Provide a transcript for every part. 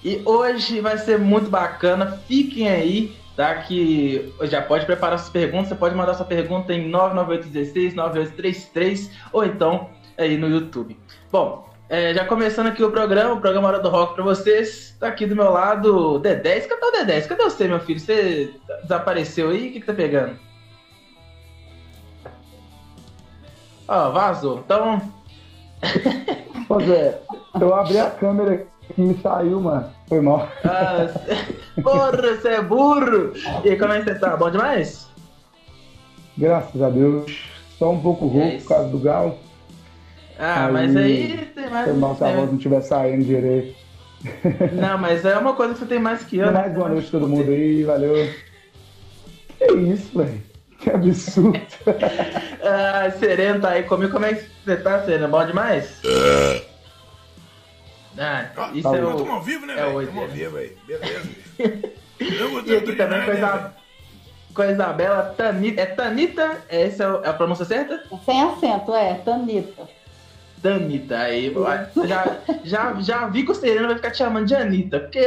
E hoje vai ser muito bacana. Fiquem aí, tá? Que já pode preparar suas perguntas. Você pode mandar sua pergunta em 99816-9833 ou então aí no YouTube. Bom, já começando aqui o programa Hora do Rock pra vocês. Tá aqui do meu lado, D10. Cadê o D10? Cadê você, meu filho? Você desapareceu aí? O que tá pegando? Ó, vazou. Então... Ô Zé, eu abri a câmera e me saiu, mano. Foi mal. Porra, você é burro! E aí, como é que você tá? Bom demais? Graças a Deus. Só um pouco rouco por causa do galo. Mas aí tem mais... Foi mal se a voz não estiver saindo direito. Não, mas é uma coisa que você tem mais que eu, né? Mais boa noite a todo mundo aí, valeu. Que isso, velho? Que absurdo. Sereno tá aí comigo. Como é que você tá, Sereno? Bom demais? Isso tá é o... Estamos ao vivo, né, velho? Estamos ao vivo aí. Beleza. E aqui também com a Isabela Tanita. É Tanita? Essa é a pronúncia certa? Sem acento, Tanita. Tanita. Aí, já vi que o Sereno vai ficar te chamando de Anitta. Porque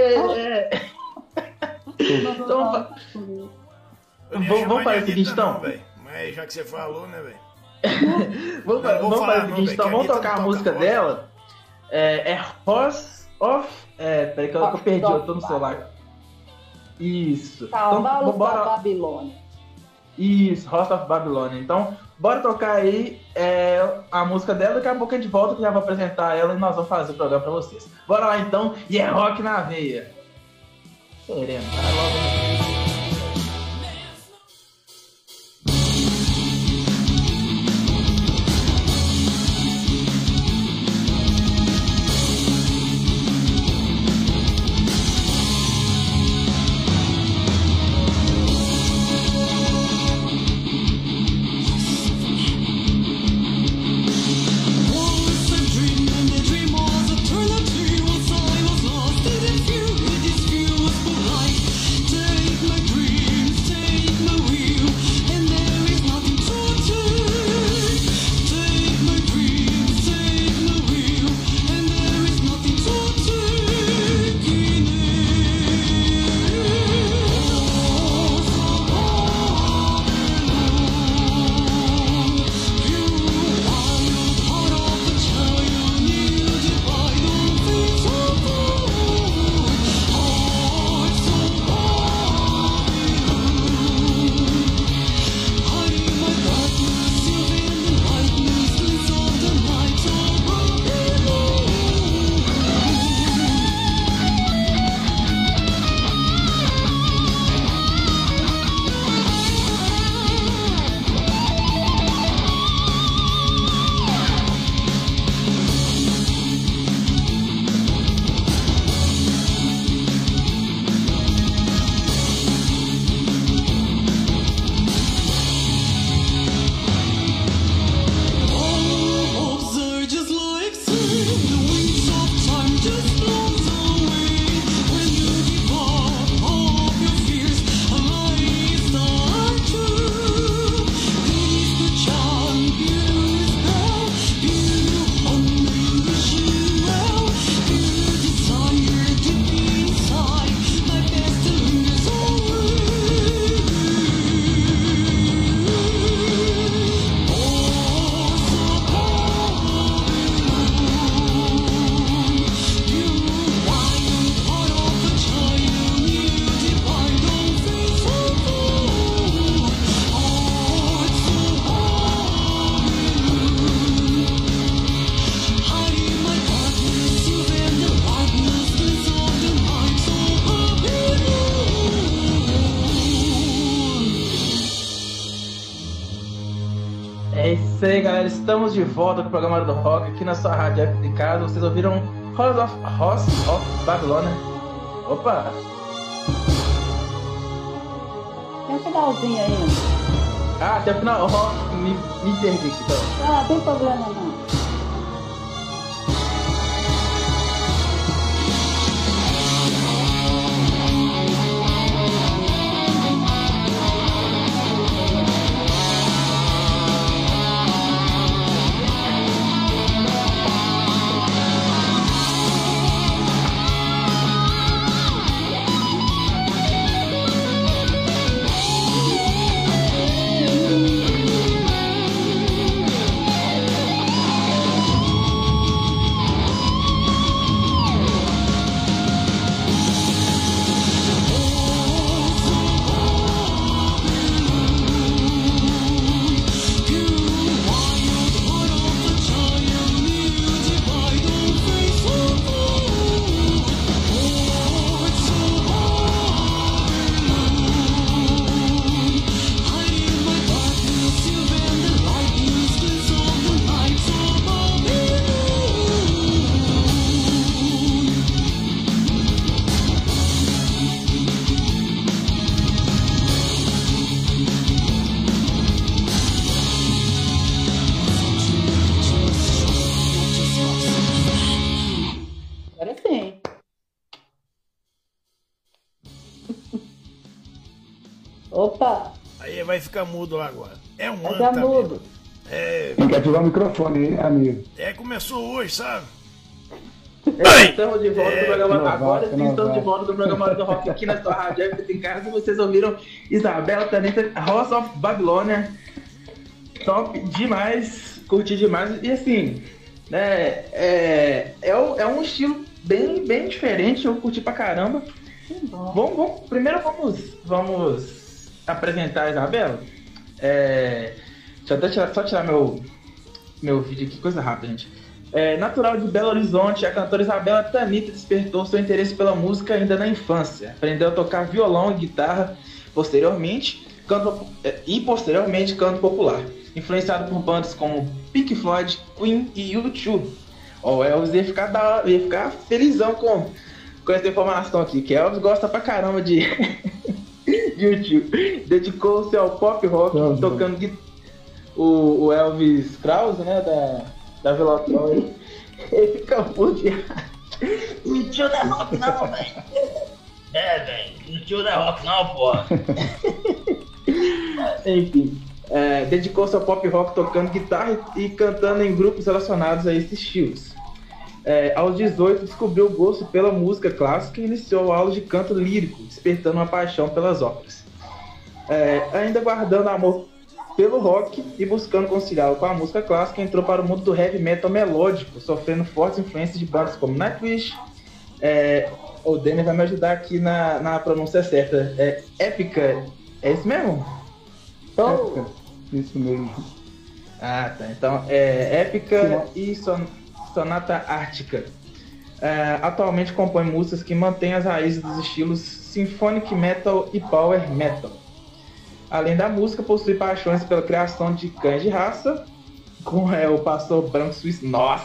Então, vamos fazer o seguinte, então. Mas já que você falou, né, velho? Vamos fazer o seguinte, então. Vamos tocar a música dela. Horse of... peraí que eu perdi, eu tô no celular. Isso. Cavalos da Babilônia. Isso, Horse of Babilônia. Então, bora tocar aí a música dela. Daqui a pouco a gente volta, que já vou apresentar ela e nós vamos fazer o programa pra vocês. Bora lá, então. E é rock na veia. Sereno, vai logo. É isso aí, galera. Estamos de volta com o programa do Rock aqui na sua rádio F de casa. Vocês ouviram Horse of Babilônia. Opa! Tem um finalzinho ainda. Tem o final. Me perdi aqui, então. Não tem problema não. Opa! Aí vai ficar mudo lá agora. É um ano Já também. mudo. Tem que ativar o microfone aí, amigo. Começou hoje, sabe? Estamos de volta do programa. Novato, Agora sim, estamos de novato. volta do programa do Rock aqui na sua rádio Épica em casa. Vocês ouviram Isabela Tanita, House of Babylonia. Top demais, curti demais. E assim, né, é um estilo bem diferente, eu curti pra caramba. Primeiro vamos apresentar a Isabela. Deixa eu até só tirar meu vídeo aqui, coisa rápida, gente. Natural de Belo Horizonte, a cantora Isabela Tanita despertou seu interesse pela música ainda na infância. Aprendeu a tocar violão e guitarra posteriormente canto popular. Influenciado por bandas como Pink Floyd, Queen e U2. O Elvis ia ficar felizão com essa informação aqui, que Elvis gosta pra caramba de U2. Dedicou-se ao pop rock, tocando o Elvis Krause, né, da Velotrol aí. Ele fica puto de U2 não é rock não, velho. Velho, U2 não é rock não, porra. Enfim. Dedicou-se ao pop rock tocando guitarra e cantando em grupos relacionados a esses estilos. Aos 18, descobriu o gosto pela música clássica e iniciou aulas de canto lírico, despertando uma paixão pelas óperas. Ainda guardando amor pelo rock e buscando conciliá-lo com a música clássica, entrou para o mundo do heavy metal melódico, sofrendo fortes influências de bandas como Nightwish. O Denner vai me ajudar aqui na pronúncia certa. Épica, é isso mesmo? Épica, isso mesmo. Ah, tá. Então, Épica e Sonata Ártica. Atualmente compõe músicas que mantêm as raízes dos estilos Symphonic Metal e Power Metal. Além da música, possui paixões pela criação de cães de raça, com o pastor branco suíço. Nossa!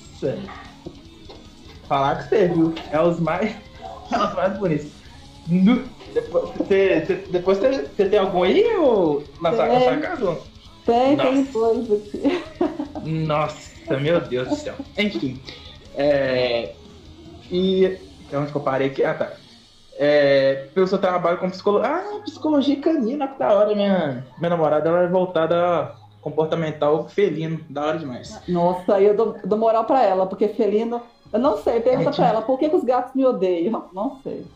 Falar que você viu, é os mais bonitos. Depois você tem algum aí ou na sua casa? Tem dois aqui. Nossa, meu Deus do céu. Enfim. E onde que eu parei aqui? Ah, tá. Pelo seu trabalho com psicologia canina, que da hora. Minha namorada, ela é voltada a comportamental felino, da hora demais. Nossa, eu dou moral pra ela, porque felino, eu não sei, pergunta pra ela, por que os gatos me odeiam? Não sei.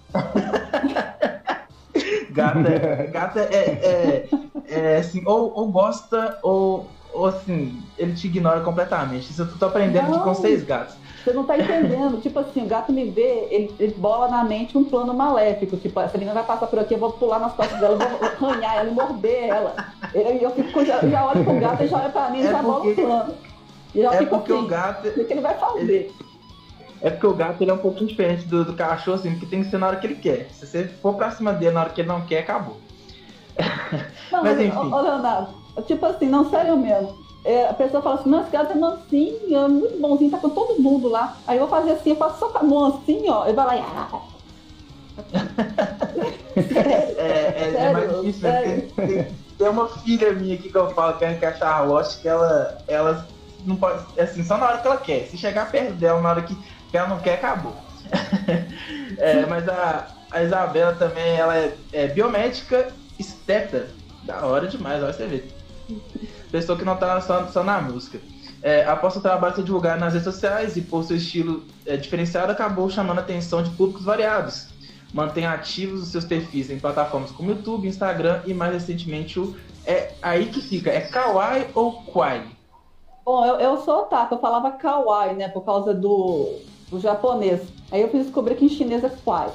Gata é assim, ou gosta, ou assim, ele te ignora completamente. Isso eu tô aprendendo com 6 gatos. Você não tá entendendo. Tipo assim, o gato me vê, ele bola na mente um plano maléfico. Tipo, essa menina vai passar por aqui, eu vou pular nas costas dela, eu vou arranhar ela e morder ela. Eu fico, já olho pro gato e já olha pra mim e já bola o plano. E já fico porque assim, o gato... o que ele vai fazer? É porque o gato ele é um pouquinho diferente do cachorro, assim, porque tem que ser na hora que ele quer. Se você for pra cima dele na hora que ele não quer, acabou. Não, mas enfim. Ô, Leonardo, tipo assim, não, sério mesmo. A pessoa fala assim, não, esse gato é mansinho, é muito bonzinho, tá com todo mundo lá. Aí eu vou fazer assim, eu faço só com a mão assim, ó, ele vai lá e... É mais difícil, né? Tem uma filha minha aqui que eu falo que é a Charlotte, que ela não pode, assim, só na hora que ela quer. Se chegar perto dela na hora que ela não quer, acabou. Mas a Isabela também, ela é biomédica esteta. Da hora demais, olha você ver. Pessoa que não tá só na música. Após o trabalho ser divulgado nas redes sociais e por seu estilo diferenciado, acabou chamando a atenção de públicos variados. Mantém ativos os seus perfis em plataformas como YouTube, Instagram e mais recentemente aí que fica, é Kawaii ou Kwai? Bom, eu sou otaku, eu falava Kawaii, né, por causa do japonês. Aí eu fui descobrir que em chinês é Kwai.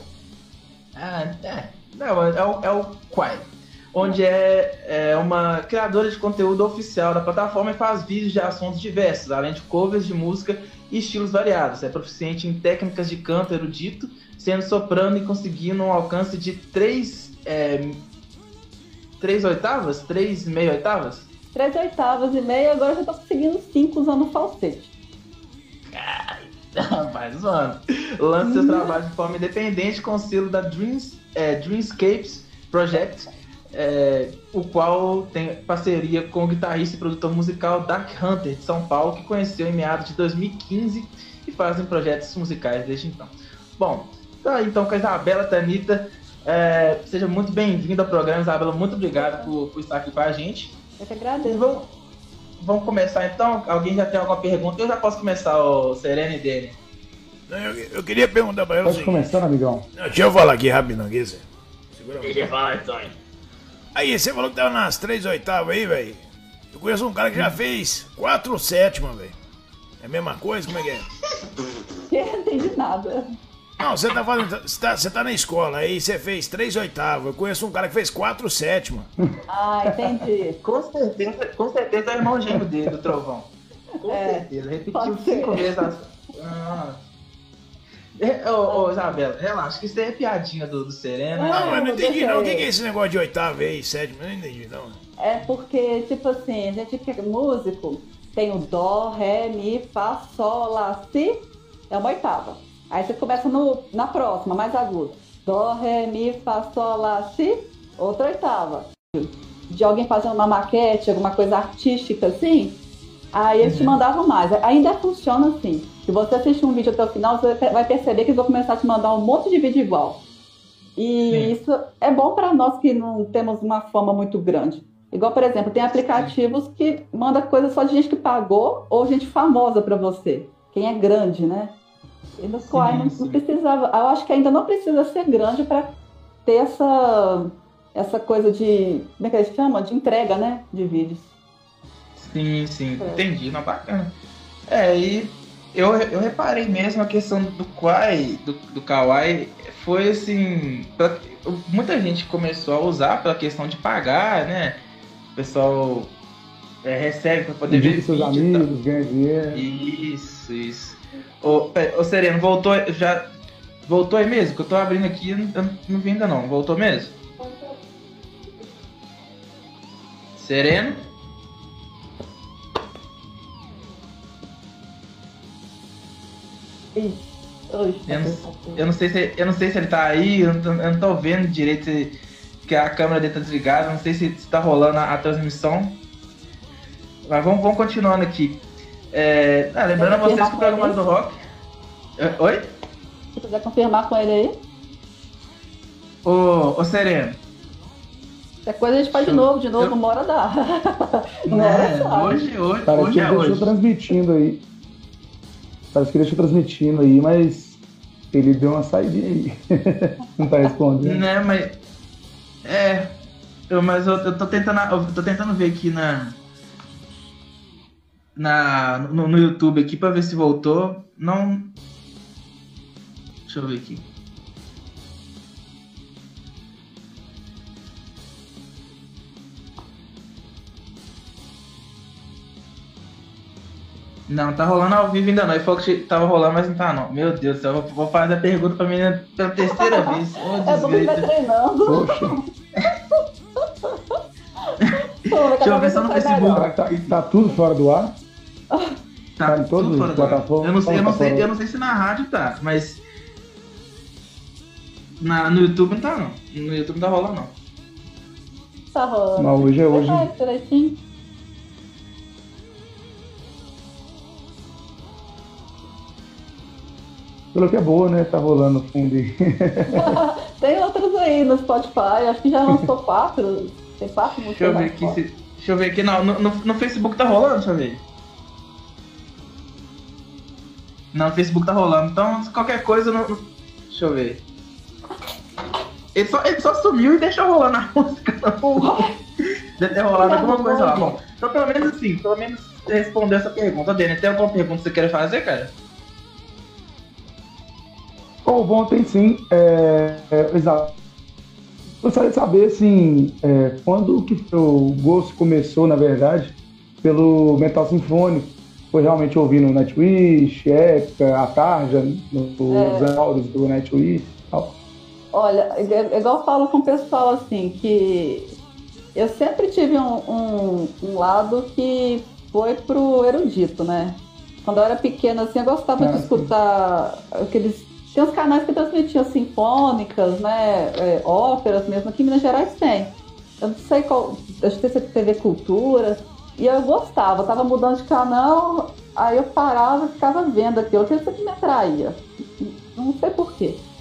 Não, é o Kwai. Onde é uma criadora de conteúdo oficial da plataforma e faz vídeos de assuntos diversos, além de covers de música e estilos variados. É proficiente em técnicas de canto erudito, sendo soprano e conseguindo um alcance de 3 oitavas? 3 meio oitavas? 3 oitavas e meia, agora eu já tô conseguindo 5 usando falsete. Mais um ano. Lança seus trabalhos de forma independente com o selo da Dreamscapes Project, o qual tem parceria com o guitarrista e produtor musical Dark Hunter de São Paulo, que conheceu em meados de 2015 e fazem projetos musicais desde então. Bom, tá aí então com a Isabela Tanita, Seja muito bem-vindo ao programa, Isabela. Muito obrigado por estar aqui com a gente. Eu que agradeço. Vamos começar então? Alguém já tem alguma pergunta? Eu já posso começar, o Serena e Dene. Eu queria perguntar pra ela. Pode começar, amigão. Deixa eu falar aqui rapidão, aqui, Zé. Segura Deixa eu falar, Sonho. Aí, você falou que tava nas 3/8 aí, velho. Eu conheço um cara que já fez 4/7, velho. É a mesma coisa? Como é que é? Eu não entendi nada. Não, você tá fazendo. Você tá na escola, aí você fez 3/8. Eu conheço um cara que fez 4/7. Ah, entendi. Com certeza é o irmão gêmeo dele, do Trovão. Com certeza. Repetiu pode ser. 5 vezes as. Ô, Isabela, relaxa, que isso aí é piadinha do Serena. Não, eu não entendi deixa não. O ele. que é esse negócio de oitava aí, sétima? Eu não entendi não. É porque, tipo assim, a gente que é músico, tem o dó, ré, mi, fá, sol, lá, si, é uma oitava. Aí você começa na próxima, mais agudo. Dó, ré, mi, fá, sol, lá, si, outra oitava. De alguém fazendo uma maquete, alguma coisa artística assim, aí eles te mandavam mais. Ainda funciona assim. Se você assistir um vídeo até o final, você vai perceber que eles vão começar a te mandar um monte de vídeo igual. E isso é bom para nós que não temos uma fama muito grande. Igual, por exemplo, tem aplicativos que mandam coisa só de gente que pagou ou gente famosa para você. Quem é grande, né? E no Quai não precisava. Eu acho que ainda não precisa ser grande para ter essa coisa de. Como é que eles chamam? De entrega, né? De vídeos. Sim, entendi, não, bacana. E eu reparei mesmo a questão do Quai, do Kawaii, foi assim, muita gente começou a usar pela questão de pagar, né? O pessoal recebe para poder ver seus vídeo, amigos, ganha dinheiro. Isso. Ô Sereno, voltou aí mesmo? Que eu tô abrindo aqui, eu não vi ainda não. Voltou mesmo? Sereno? Eu não sei se ele tá aí, eu não tô vendo direito que a câmera dele tá desligada, não sei se tá rolando a transmissão. Mas vamos continuando aqui. Lembrando a vocês que o programa do Rock. Oi? Se quiser confirmar com ele aí. Ô Sereno. Qualquer coisa a gente faz de novo, uma hora dá. Hoje Parece que é ele hoje. deixou transmitindo aí. Parece que ele deixou transmitindo aí, mas ele deu uma saidinha aí. Não tá respondendo. Né, mas. Mas eu tô tentando ver aqui no YouTube aqui pra ver se voltou. Não. Deixa eu ver aqui. Não, tá rolando ao vivo ainda não. Ele falou que tava rolando, mas não tá não. Meu Deus do céu, eu vou fazer a pergunta pra menina pela terceira vez. É bom que ele vai treinando. Poxa, Deixa eu ver só no Facebook. tá tudo fora do ar? Tá em todas tudo fora as do ar. plataformas? Eu não sei se na rádio tá, mas no YouTube não tá não. No YouTube não tá rolando não. Tá rolando. Mas hoje é hoje. Vai, direitinho. Pelo que é boa, né? Tá rolando no fundo aí. Tem outros aí no Spotify, acho que já lançou 4. Tem 4 músicas. Deixa eu ver aqui. Não, no Facebook tá rolando, deixa eu ver. Não, no Facebook tá rolando. Então, qualquer coisa, deixa eu ver. Ele só sumiu e deixou rolando a música. Deve ter rolado alguma coisa lá. Bom, então pelo menos você respondeu essa pergunta, Dani. Tem alguma pergunta que você queira fazer, cara? Bom, tem sim. Exato. Gostaria de saber, assim, quando que o gosto começou, na verdade, pelo metal sinfônico. Foi realmente ouvindo Nightwish, Épica, a Tarja, nos áudios do Nightwish e tal. Olha, igual eu falo com o pessoal, assim, que eu sempre tive um lado que foi pro erudito, né? Quando eu era pequena, assim, eu gostava de escutar aqueles... Tem uns canais que transmitiam sinfônicas, né? Óperas mesmo, aqui em Minas Gerais tem. Eu não sei qual... Acho que tem TV Cultura. E eu gostava, eu tava mudando de canal, aí eu parava e ficava vendo aquilo, que isso que me atraía. Não sei porquê.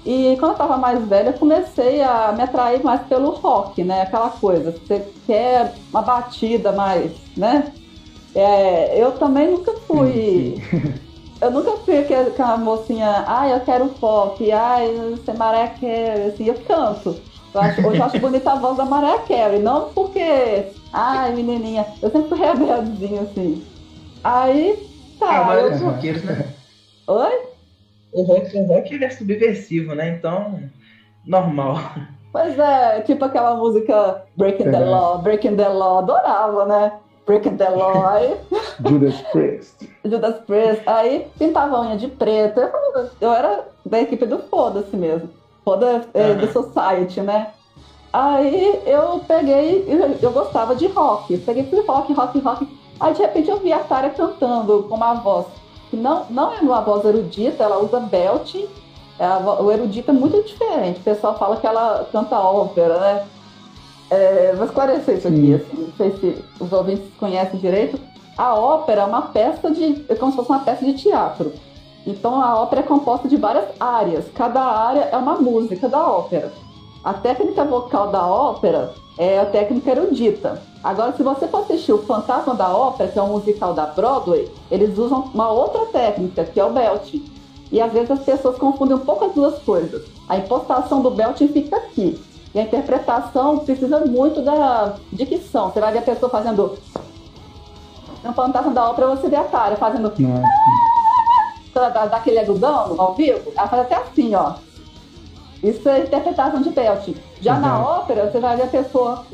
E quando eu tava mais velha, eu comecei a me atrair mais pelo rock, né? Aquela coisa, você quer uma batida mais, né? Eu também nunca fui. Eu nunca fui aquela mocinha, eu quero pop, você Mariah Carey, assim, eu canto. Hoje eu acho bonita a voz da Mariah Carey, não porque, menininha, eu sempre fui rebeldezinha, assim. Aí, tá. Mas os roqueiros, né? Oi? O rock ele é subversivo, né? Então, normal. Pois é, tipo aquela música Breaking the Law, adorava, né? Breaking the Law, aí... Judas Priest, aí pintava a unha de preto, eu era da equipe do Foda-se mesmo, do Society, né? Aí eu peguei, eu gostava de rock, fui rock, aí de repente eu vi a Tária cantando com uma voz, que não é uma voz erudita, ela usa belting, o erudito é muito diferente, o pessoal fala que ela canta ópera, né? Vou esclarecer isso aqui, assim, não sei se os ouvintes conhecem direito. A ópera é uma peça é como se fosse uma peça de teatro. Então a ópera é composta de várias áreas. Cada área é uma música da ópera. A técnica vocal da ópera é a técnica erudita. Agora, se você for assistir o Fantasma da Ópera, que é um musical da Broadway, eles usam uma outra técnica, que é o belting. E às vezes as pessoas confundem um pouco as duas coisas. A impostação do belting fica aqui. E a interpretação precisa muito da dicção. Você vai ver a pessoa fazendo... No Fantasma da Ópera você vê a Tária fazendo... Daquele agudão ao vivo. Ela faz até assim, ó. Isso é interpretação de belting. Já na ópera você vai ver a pessoa...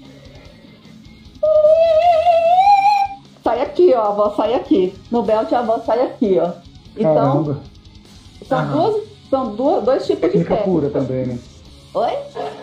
Sai aqui, ó. A voz sai aqui. No belting a voz sai aqui, ó. Então, são dois tipos de técnica. Técnica pura também, né? Oi?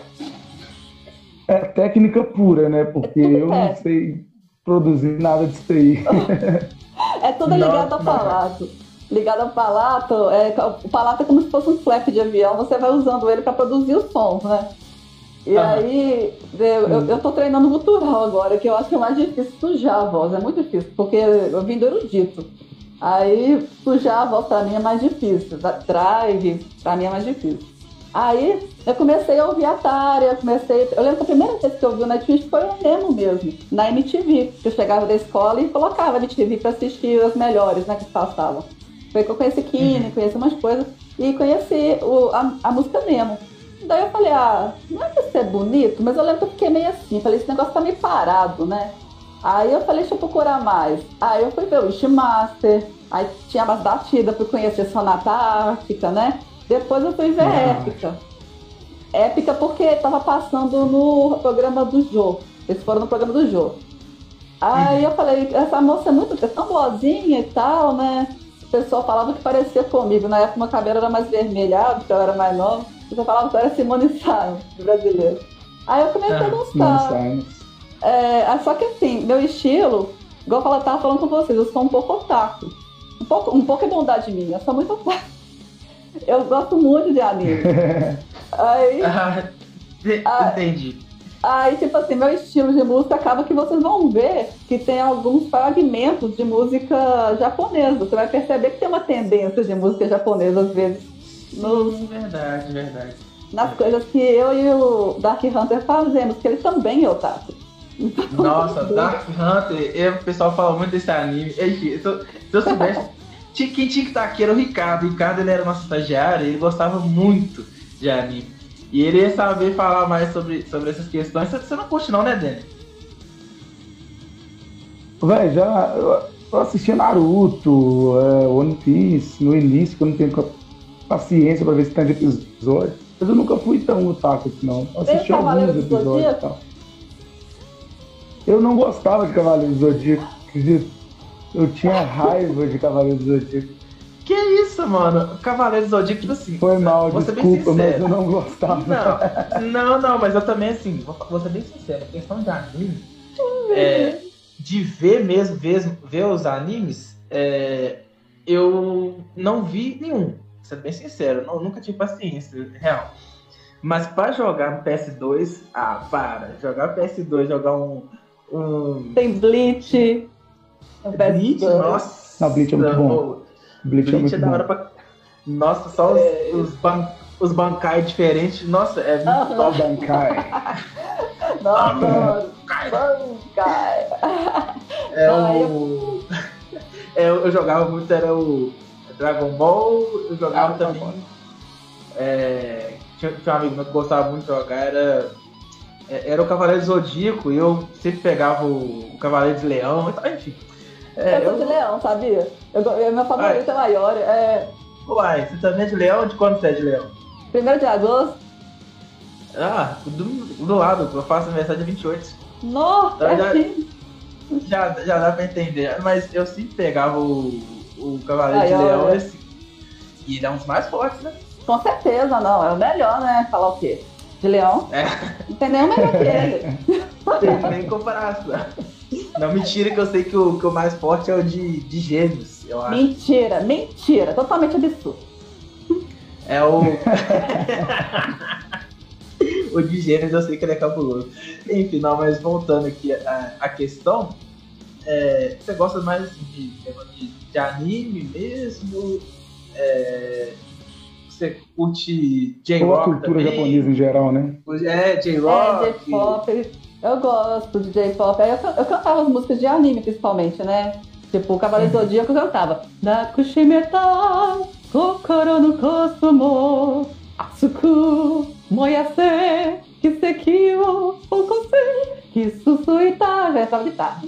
É técnica pura, né? Porque eu não sei produzir nada disso aí. É tudo ligado ao palato. Ligado ao palato, o palato é como se fosse um flap de avião, você vai usando ele para produzir os sons, né? E aí, eu tô treinando gutural agora, que eu acho que é mais difícil sujar a voz, é muito difícil, porque eu vim do erudito. Aí, sujar a voz pra mim é mais difícil, drive pra mim é mais difícil. Aí eu comecei a ouvir a Tária, eu lembro que a primeira vez que eu ouvi o Nightwish foi o Nemo mesmo, na MTV, que eu chegava da escola e colocava a MTV pra assistir as melhores, né, que passavam. Foi que eu conheci Kine, conheci umas coisas e conheci a música Nemo. Daí eu falei, não é que isso é bonito, mas eu lembro que eu fiquei meio assim, falei, esse negócio tá meio parado, né? Aí eu falei, deixa eu procurar mais. Aí eu fui ver o Wishmaster, aí tinha mais batida, fui conhecer Sonata Ártica, né? Depois eu fui ver Épica. Épica porque tava passando no programa do Jô. Eles foram no programa do Jô. Aí eu falei, essa moça é tão boazinha e tal, né? O pessoal falava que parecia comigo. Na época meu cabelo era mais vermelhado, porque eu era mais nova. O pessoal falava que eu era Simone Simons, brasileiro. Aí eu comecei a gostar. Só que assim, meu estilo, igual eu tava falando com vocês, eu sou um pouco otaku. Um pouco é bondade minha, eu sou muito otaku. Eu gosto muito de anime. Aí, entendi. Aí, tipo assim, meu estilo de música acaba que vocês vão ver que tem alguns fragmentos de música japonesa. Você vai perceber que tem uma tendência de música japonesa, às vezes. Verdade. Nas coisas que eu e o Dark Hunter fazemos, que ele também é otaku. Nossa, Dark Hunter, o pessoal fala muito desse anime. Se eu soubesse... Quem tinha que estar aqui era o Ricardo. O Ricardo, ele era nosso estagiário, ele gostava muito de anime. E ele ia saber falar mais sobre essas questões. Você não curte não, né, Dani? Véi, eu assistia Naruto, One Piece, no início, que eu não tenho paciência pra ver esse tanto de episódio. Mas eu nunca fui tão otaku assim, não. Eu assisti alguns episódios e tal. Eu não gostava de Cavaleiro do Zodíaco, acredito. Eu tinha raiva de Cavaleiro do Zodíaco. Que isso, mano? Cavaleiro do Zodíaco, tipo assim... Foi mal, desculpa, mas eu não gostava. Não, mas eu também, assim, vou ser bem sincero. A questão de anime, de ver mesmo, ver os animes, eu não vi nenhum. Vou ser bem sincero, nunca tive paciência, real. Mas pra jogar no PS2, jogar PS2, jogar um... Tem Bleach... Bleach, nossa. Não, Bleach é muito bom. Bleach é da hora pra... Nossa, só os os bancai diferentes. Nossa, é muito top. Bancai. Nossa, bancai. Eu jogava muito, era o Dragon Ball, eu jogava também. Tinha um amigo meu que gostava muito de jogar, era o Cavaleiro Zodíaco, e eu sempre pegava o Cavaleiro de Leão, então, enfim. Eu sou de Leão, sabia? Meu favorito é maior. Uai, você também é de Leão? De quando você é de Leão? 1º de agosto. Do lado, eu faço aniversário dia 28. Nossa, já dá pra entender. Mas eu sempre pegava o Cavaleiro de Leão e ele é um dos mais fortes, né? Com certeza, não. É o melhor, né? Falar o quê? De Leão? Não tem nenhum melhor que ele. Não tem nem comparação. Não, mentira, que eu sei que o mais forte é o de Gêmeos, eu acho. Mentira. Totalmente absurdo. É o... O de Gêmeos eu sei que ele é cabuloso. Enfim, não, mas voltando aqui à questão, você gosta mais assim, de anime mesmo? Você curte J-Rock? A cultura japonesa em geral, né? J-Rock. J-pop. Eu gosto de J-pop. Aí eu cantava as músicas de anime, principalmente, né? Tipo, o Cavaleiro Zodíaco eu cantava. Nakushimeta, kokoro no kosumo, asuku, moyase, kiseki wo okose, kisusuita. Já estava guitarra.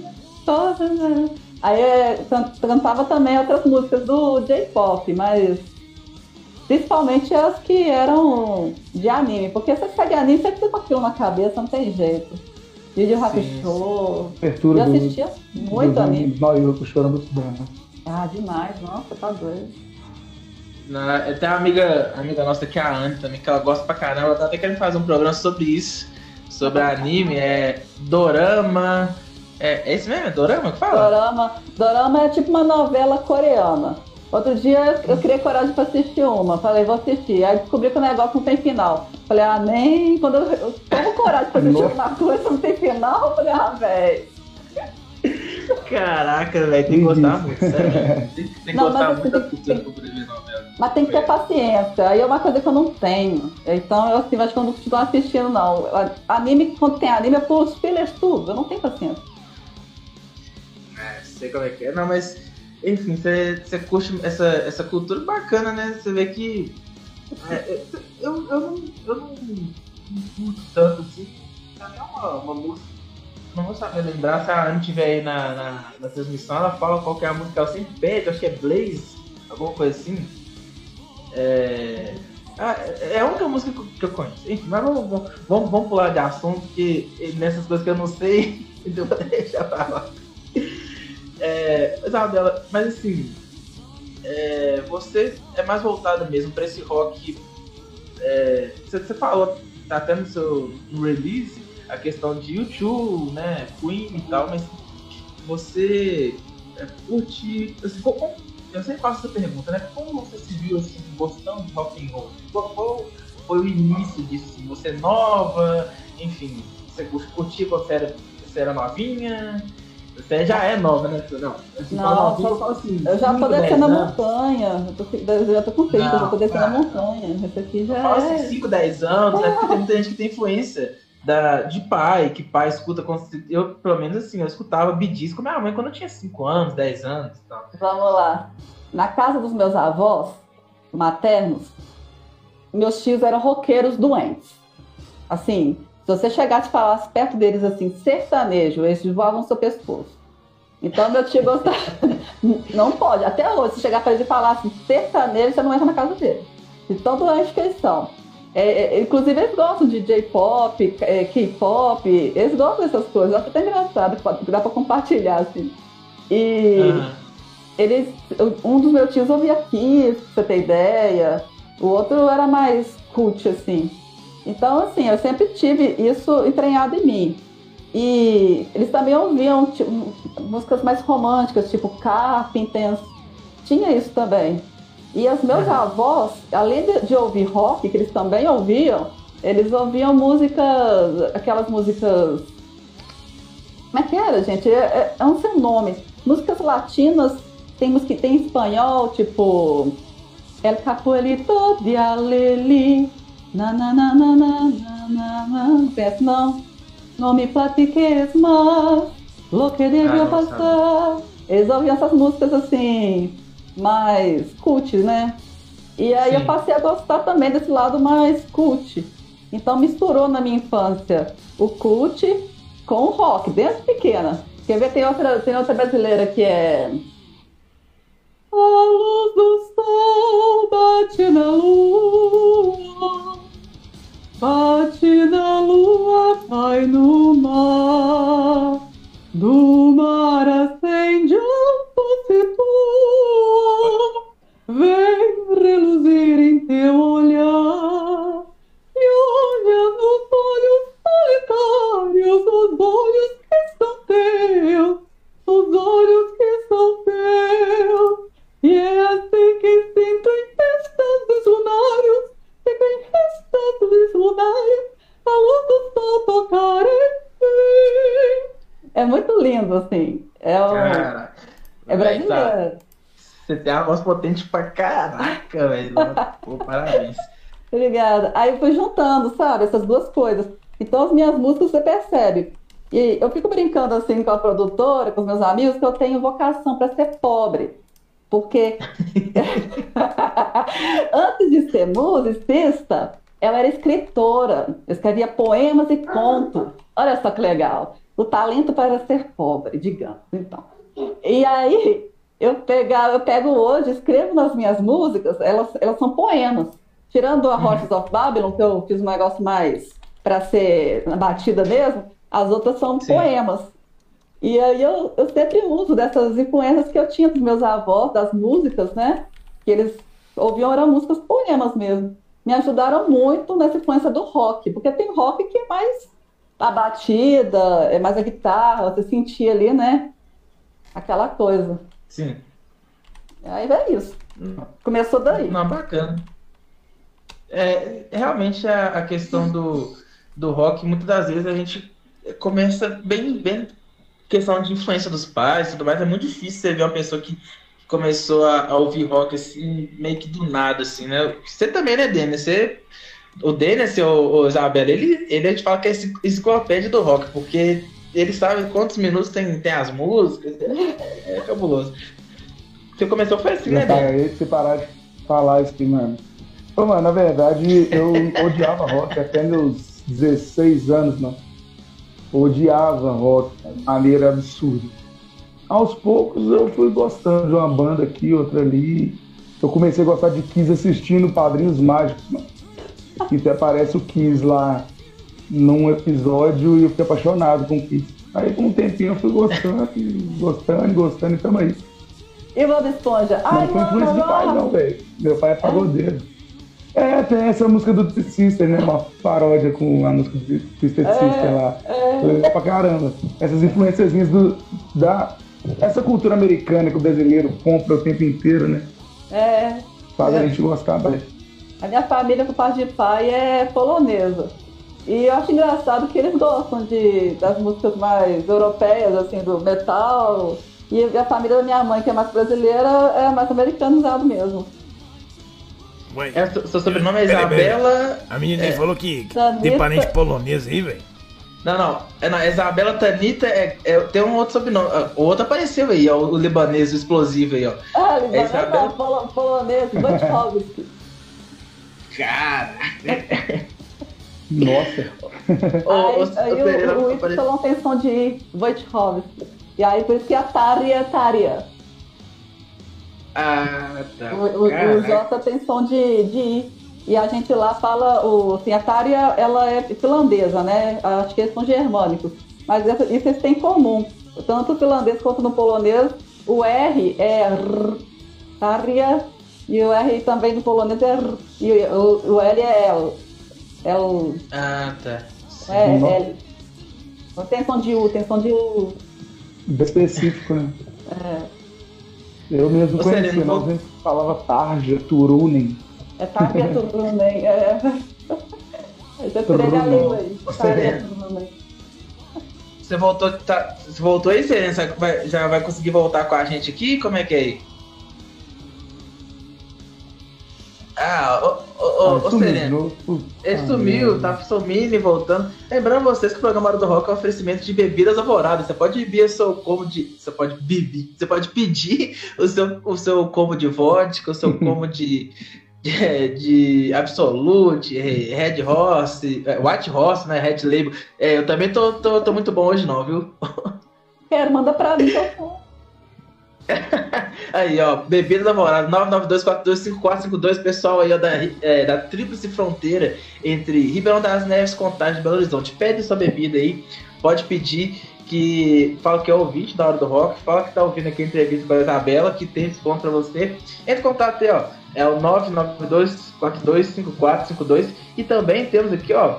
Aí cantava também outras músicas do J-pop, mas principalmente as que eram de anime, porque você segue anime, você fica com aquilo na cabeça, não tem jeito. Yu Yu Hakusho. Eu assistia muito anime. Yu Yu Hakusho era muito bom, né? Demais, nossa, tá doido. Tem uma amiga nossa que é a Anne também, que ela gosta pra caramba, ela tá até querendo fazer um programa sobre isso, sobre anime, dorama. É esse mesmo? É dorama que fala? Dorama é tipo uma novela coreana. Outro dia eu criei coragem pra assistir uma. Falei, vou assistir. Aí descobri que o negócio não tem final. Falei, nem... Quando eu tomo coragem pra assistir uma coisa não tem final, eu falei, velho. Caraca, velho, tem que gostar muito, sério. Tem que gostar muito da cultura pra ver novela. Mas tem que ter paciência. Aí é uma coisa que eu não tenho. Então eu assim, acho que eu não estou assistindo, não. Anime, quando tem anime, é por fillers tudo. Eu não tenho paciência. Sei como é que é. Não, mas... Enfim, você curte essa cultura bacana, né? Você vê que... eu não curto tanto assim. Até uma música... Não vou saber lembrar, se a Anne estiver aí na transmissão, ela fala qual que é a música que ela sempre pede, acho que é Blaze, alguma coisa assim. É a única música que eu conheço. Enfim, mas vamos pular de assunto, porque nessas coisas que eu não sei, então vou deixar pra lá. Isabela, mas assim, você é mais voltada mesmo pra esse rock. Você falou, tá até no release, a questão de YouTube, né, Queen e tal, mas você curte. Assim, eu sempre faço essa pergunta, né? Como você se viu assim, gostando de rock and roll? Qual foi o início disso? Assim? Você é nova, enfim, você curtia quando você era novinha? Você já é nova, né? Não, eu já tô descendo a montanha. Eu já tô com 30, eu já tô descendo a montanha. Isso aqui já é... 5, 10 anos, né? Porque tem muita gente que tem influência de pai, que pai escuta... Eu, pelo menos assim, eu escutava Bee Gees com minha mãe quando eu tinha 5 anos, 10 anos e tal. Vamos lá. Na casa dos meus avós maternos, meus tios eram roqueiros doentes. Assim... Se você chegasse e falasse perto deles assim, sertanejo, eles voavam no seu pescoço. Então meu tio gostava. Não pode, até hoje, se chegar para eles e falar assim, sertanejo, você não entra na casa dele. De tão doente que eles são. Inclusive eles gostam de J-pop, K-pop, eles gostam dessas coisas. Eu acho até engraçado, dá para compartilhar assim. E um dos meus tios ouvia Kiss, pra você ter ideia. O outro era mais cult, assim. Então, assim, eu sempre tive isso entranhado em mim. E eles também ouviam músicas mais românticas, tipo Carpenters. Tinha isso também. E os meus avós, além de ouvir rock, que eles também ouviam, eles ouviam músicas, aquelas músicas... Como é que era, gente? Eu não sei o nome. Músicas latinas, tem música que tem em espanhol, tipo... El Capuelito de Aleli. Na na na na na na na na. Pensa, não me platiques mais. Lo que devia passar. Eles ouviam essas músicas assim, mais cult, né? E aí eu passei a gostar também desse lado mais cult. Então misturou na minha infância o cult com o rock, desde pequena. Quer ver? Tem outra brasileira que é... A luz do sol bate na lua, bate na lua, vai no mar, do mar acende a fosse tua, vem reluzir em teu olhar, e olha nos olhos solitários, os olhos que são teus, os olhos que são teus. E é assim que sinto em estados lunares, fico em estados lunares, a luz do sol tocar em mim. É muito lindo, assim. Caraca. É brasileiro. Você tem uma voz potente pra caraca, velho. Pô, parabéns. Obrigada. Aí eu fui juntando, sabe, essas duas coisas. Então as minhas músicas você percebe. E eu fico brincando assim com a produtora, com os meus amigos, que eu tenho vocação para ser pobre. Porque antes de ser musicista, ela era escritora, escrevia poemas e contos. Olha só que legal. O talento para ser pobre, digamos, então. E aí, eu pego hoje, escrevo nas minhas músicas, elas são poemas. Tirando a Horses of Babylon, que eu fiz um negócio mais para ser na batida mesmo, as outras são poemas. E aí eu sempre uso dessas influências que eu tinha dos meus avós, das músicas, né? Que eles ouviam, eram músicas poemas mesmo. Me ajudaram muito nessa influência do rock, porque tem rock que é mais a batida, é mais a guitarra, você sentia ali, né? Aquela coisa. Sim. Aí é isso. Começou daí. Não, bacana. Realmente a questão do rock, muitas das vezes a gente começa bem questão de influência dos pais e tudo mais. É muito difícil você ver uma pessoa que começou a ouvir rock assim, meio que do nada, assim, né? Você também, né, Denis? O Denis, o Isabela, ele a gente fala que é enciclopédia do rock, porque ele sabe quantos minutos tem as músicas. É cabuloso. Você começou foi assim, né, Denis? Você parar de falar isso aqui, mano. Pô, mano, na verdade, eu odiava rock até meus 16 anos, mano. Odiava rock de maneira absurda. Aos poucos eu fui gostando de uma banda aqui, outra ali. Eu comecei a gostar de Kiss assistindo Padrinhos Mágicos, mano. E até aparece o Kiss lá num episódio e eu fiquei apaixonado com o Kiss. Aí com um tempinho eu fui gostando e tamo aí. E Bob Esponja? Não foi influência de pai não, velho. Meu pai é pagodeiro. Tem essa música do Twisted Sister, né? Uma paródia com a música do Twisted Sister lá. Legal pra caramba. Essas influenciazinhas essa cultura americana que o brasileiro compra o tempo inteiro, né? Faz a gente gostar, velho. A minha família, por parte de pai, é polonesa. E eu acho engraçado que eles gostam das músicas mais europeias, assim, do metal. E a família da minha mãe, que é mais brasileira, é mais americanizado mesmo. Ué, seu sobrenome é Isabela... A menina falou que tem parente polonês aí, velho. Não. Isabela Tanita tem um outro sobrenome. O outro apareceu aí, ó, o libanês, o explosivo aí, ó. Libanês, Isabela... polonês, Wojciechowski. Cara! Nossa! Aí o Y tem som de Wojciechowski. E aí por isso que a Tária. Ah, tá. O J tem som de I. E a gente lá fala, assim, a Tária, ela é finlandesa, né? Acho que eles são germânicos. Mas isso eles têm em comum. Tanto o finlandês quanto no polonês, o R é R, Tária, e o R também no polonês é R, e o L é L. Ah, tá. L. Não tem som de U, tem som de U. Específico, né? Eu mesmo conhecia, mas a gente falava Tarja, Turunen. Tarja, Turunen, Eu tirei a língua aí. Tarja, Turunen. Você voltou aí, Serena? Já vai conseguir voltar com a gente aqui? Como é que é aí? Sereno. Ele sumiu, tá sumindo e voltando. Lembrando vocês que o programa Hora do Rock é um oferecimento de bebidas alvoradas. Você pode beber seu combo de. Você pode pedir o seu combo de vodka, o seu combo de Absolute, Red Horse, White Horse, né? Red Label. Eu também tô muito bom hoje, não, viu? Quero, manda pra mim, então. Aí, ó, bebida namorada 992425452, pessoal aí, ó, da tríplice fronteira entre Ribeirão das Neves, Contagem e Belo Horizonte. Pede sua bebida aí, pode pedir, que fala que é ouvinte da Hora do Rock, fala que tá ouvindo aqui a entrevista com a Isabela, que tem desconto pra você. Entre em contato aí, ó, é o 992425452, e também temos aqui, ó,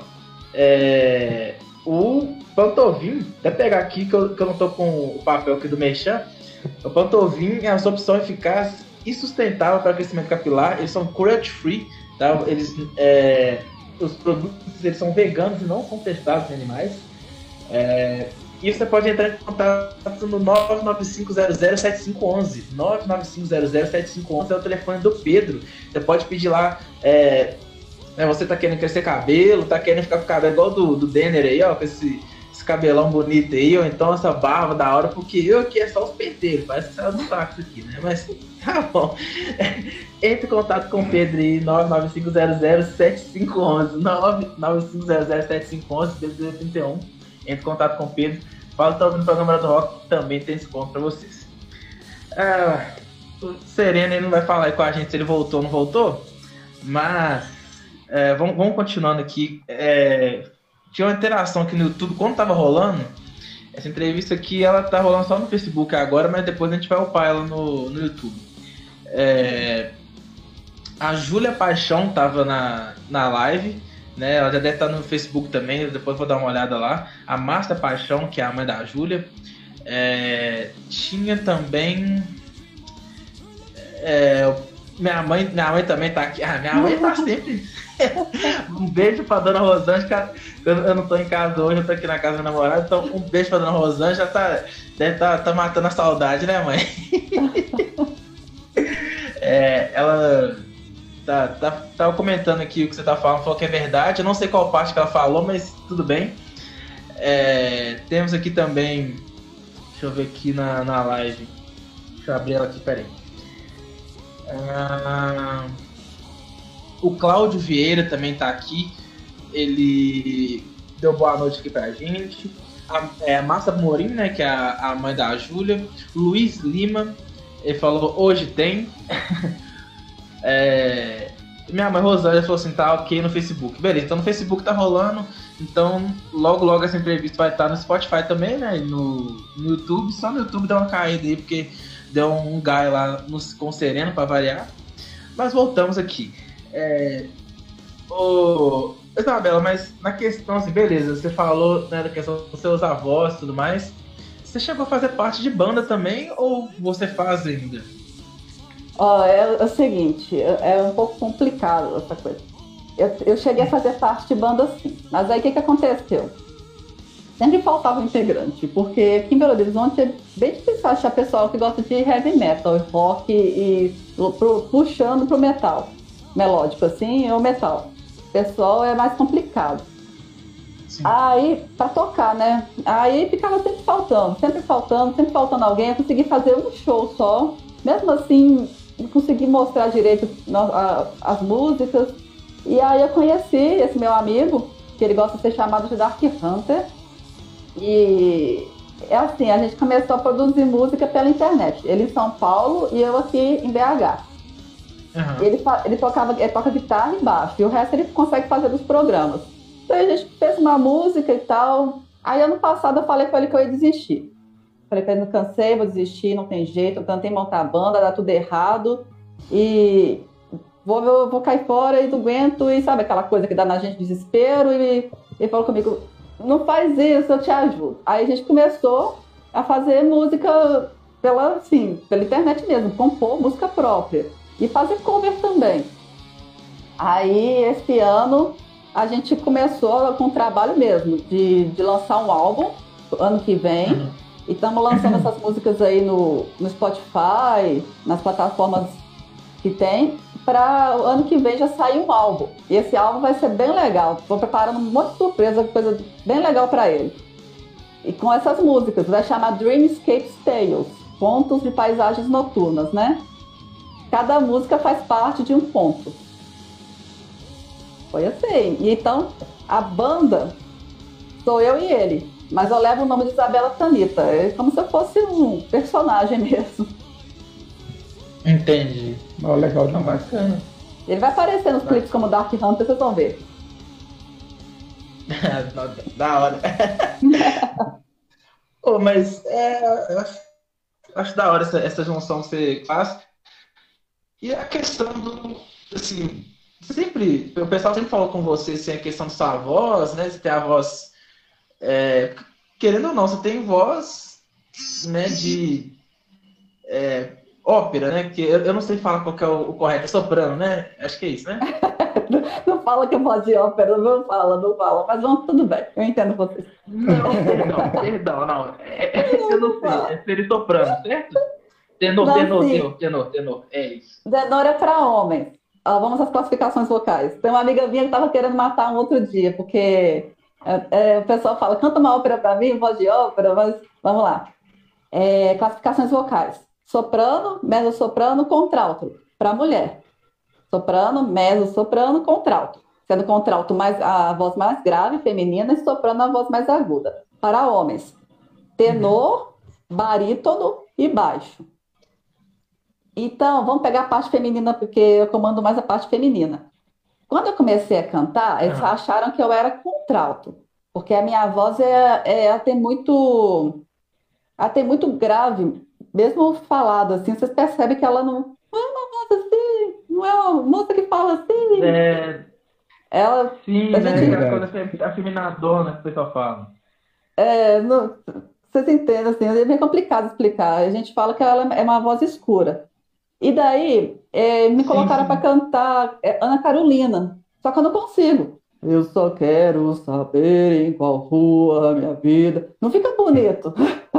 o Pantovin. Até pegar aqui que eu não tô com o papel aqui do Merchan. O Pantovin é uma opção eficaz e sustentável para crescimento capilar. Eles são cruelty free, tá? Os produtos eles são veganos e não são testados em animais. E você pode entrar em contato no 995007511. 995007511 é o telefone do Pedro. Você pode pedir lá. Você tá querendo crescer cabelo, tá querendo ficar com o cabelo igual do Denner aí, ó, com esse cabelão bonito aí, ou então essa barba da hora, porque eu aqui é só os penteiros, parece que saiu do saco aqui, né? Mas tá bom. Entre em contato com o Pedro aí, 995007511, 995007511, 31. Entre em contato com o Pedro, fala que tá ouvindo o programa do Rock, também tem desconto pra vocês. O Sereno ele não vai falar aí com a gente se ele voltou ou não voltou, mas vamos continuando aqui. Tinha uma interação aqui no YouTube, quando tava rolando, essa entrevista aqui, ela tá rolando só no Facebook agora, mas depois a gente vai upar ela no YouTube. A Júlia Paixão tava na live, né? Ela já deve estar no Facebook também, depois vou dar uma olhada lá. A Márcia Paixão, que é a mãe da Júlia. Tinha também... Minha mãe também tá aqui. Minha mãe tá sempre... Um beijo pra dona Rosângela. Eu não tô em casa hoje, eu tô aqui na casa da namorada. Então um beijo pra dona Rosângela. Deve tá matando a saudade, né, mãe? Ela tava comentando aqui o que você tá falando, falou que é verdade. Eu não sei qual parte que ela falou, mas tudo bem. Temos aqui também, deixa eu ver aqui na live. Deixa eu abrir ela aqui, peraí. O Cláudio Vieira também tá aqui. Ele deu boa noite aqui pra gente. A Márcia Morim, né, que é a mãe da Júlia. Luiz Lima, ele falou, hoje tem. Minha mãe Rosângela falou assim, tá ok no Facebook. Beleza, então no Facebook tá rolando. Então logo essa entrevista vai estar no Spotify também, né, no YouTube. Só no YouTube dá uma caída aí, porque deu um gai lá com o Sereno pra variar. Mas voltamos aqui. Isabela, mas na questão assim, beleza, você falou, né, da questão dos seus avós e tudo mais. Você chegou a fazer parte de banda também ou você faz ainda? É o seguinte, é um pouco complicado essa coisa. Eu cheguei a fazer parte de banda sim, mas aí o que aconteceu? Sempre faltava um integrante, porque aqui em Belo Horizonte é bem difícil achar pessoal que gosta de heavy metal, rock e puxando pro metal. Melódico assim, ou metal. Pessoal é mais complicado. Sim. Aí, pra tocar, né? Aí ficava sempre faltando alguém. Eu consegui fazer um show só. Mesmo assim, não consegui mostrar direito as músicas. E aí eu conheci esse meu amigo, que ele gosta de ser chamado de Dark Hunter. E é assim, a gente começou a produzir música pela internet. Ele em São Paulo e eu aqui em BH. Uhum. Ele toca guitarra e baixo, e o resto ele consegue fazer dos programas. Então a gente fez uma música e tal. Aí ano passado eu falei com ele que eu ia desistir. Falei pra ele, não cansei, vou desistir, não tem jeito. Eu tentei montar a banda, dá tudo errado. E vou cair fora e não aguento. E sabe aquela coisa que dá na gente desespero? E ele falou comigo, não faz isso, eu te ajudo. Aí a gente começou a fazer música pela internet mesmo, compor música própria. E fazer cover também. Aí, esse ano, a gente começou com o trabalho mesmo, de lançar um álbum, ano que vem. Uhum. E estamos lançando essas músicas aí no Spotify, nas plataformas que tem, para o ano que vem já sair um álbum. E esse álbum vai ser bem legal. Estou preparando um monte de surpresa, coisa bem legal para ele. E com essas músicas, vai chamar Dreamscapes Tales, contos de paisagens noturnas, né? Cada música faz parte de um conto. Foi assim. E então, a banda sou eu e ele, mas eu levo o nome de Isabela Tanita. É como se eu fosse um personagem mesmo. Entendi. Oh, legal demais. Bacana. Ele vai aparecer nos clipes como Dark Hunter, vocês vão ver. Da hora. Oh, mas eu acho da hora essa junção que você faz. E a questão do, assim, o pessoal sempre falou com você, assim, a questão da sua voz, né? Você tem a voz, querendo ou não, você tem voz, né, de ópera, né? Que eu não sei falar qual que é o correto, é soprano, né? Acho que é isso, né? Não fala que eu gosto de ópera, não fala, mas vamos, tudo bem, eu entendo vocês. Não, perdão, não. Eu não sei, seria soprano, certo? Tenor, é isso. Tenor é para homens. Vamos às classificações vocais. Tem uma amiga minha que estava querendo matar um outro dia, porque o pessoal fala, canta uma ópera para mim, voz de ópera, mas vamos lá. Classificações vocais. Soprano, mezzo-soprano, contralto, para mulher. Soprano, mezzo-soprano, contralto. Sendo contralto a voz mais grave, feminina, e soprano a voz mais aguda. Para homens, tenor, barítono e baixo. Então, vamos pegar a parte feminina, porque eu comando mais a parte feminina. Quando eu comecei a cantar, eles acharam que eu era contralto, porque a minha voz ela tem muito grave, mesmo falado assim, vocês percebem que ela não é uma voz assim, não é uma moça que fala assim. Ela, sim, né? Aquela coisa afeminadona que o pessoal fala. Vocês entendem, assim, é bem complicado explicar. A gente fala que ela é uma voz escura. E daí, me colocaram para cantar Ana Carolina. Só que eu não consigo. Eu só quero saber em qual rua a minha vida. Não fica bonito.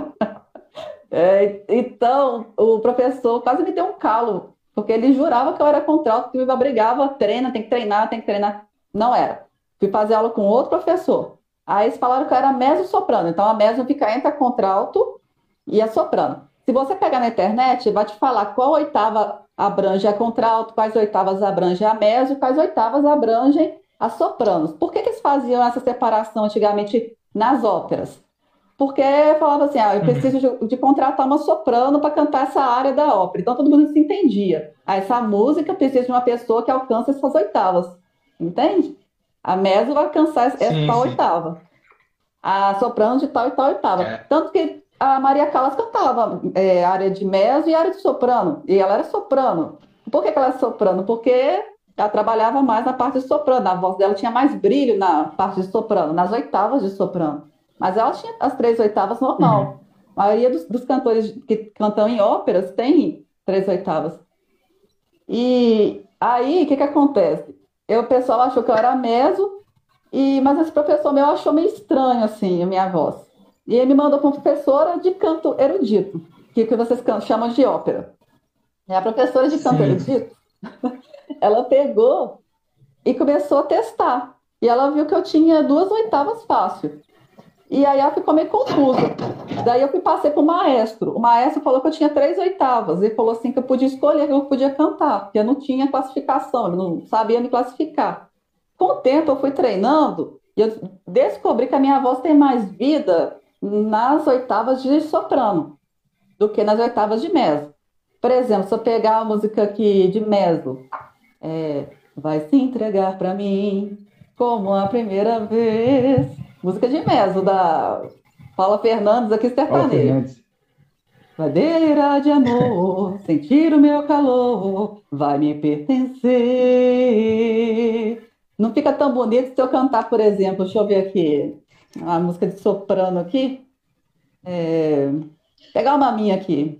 Então, o professor quase me deu um calo, porque ele jurava que eu era contralto, que me obrigava, tem que treinar. Não era. Fui fazer aula com outro professor. Aí eles falaram que eu era mezzo-soprano. Então, a mezzo fica entre a contralto e a soprano. Se você pegar na internet, vai te falar qual oitava abrange a contralto, quais oitavas abrange a mezzo, quais oitavas abrangem as sopranos. Por que eles faziam essa separação antigamente nas óperas? Porque falava assim, eu preciso de contratar uma soprano para cantar essa área da ópera. Então todo mundo se entendia. Essa música precisa de uma pessoa que alcance essas oitavas. Entende? A mezzo vai alcançar essa oitava. A soprano de tal e tal oitava. Tanto que a Maria Callas cantava área de mezzo e área de soprano. E ela era soprano. Por que ela era soprano? Porque ela trabalhava mais na parte de soprano. A voz dela tinha mais brilho na parte de soprano, nas oitavas de soprano. Mas ela tinha as 3 oitavas normal. A maioria dos cantores que cantam em óperas tem 3 oitavas. E aí, o que acontece? O pessoal achou que eu era mezzo, mas esse professor meu achou meio estranho assim, a minha voz. E ele me mandou para uma professora de canto erudito, que vocês chamam de ópera. E a professora de canto erudito, ela pegou e começou a testar. E ela viu que eu tinha 2 oitavas fácil. E aí ela ficou meio confusa. Daí eu passei para o maestro. O maestro falou que eu tinha 3 oitavas. Ele falou assim que eu podia escolher, que eu podia cantar, porque eu não tinha classificação, ele não sabia me classificar. Com o tempo eu fui treinando e eu descobri que a minha voz tem mais vida nas oitavas de soprano do que nas oitavas de mezzo. Por exemplo, se eu pegar a música aqui de mezzo, vai se entregar para mim como a primeira vez. Música de mezzo da Paula Fernandes, aqui sertanejo. Vai delirar de amor, sentir o meu calor, vai me pertencer. Não fica tão bonito se eu cantar, por exemplo, deixa eu ver aqui, a música de soprano aqui. Pegar uma minha aqui.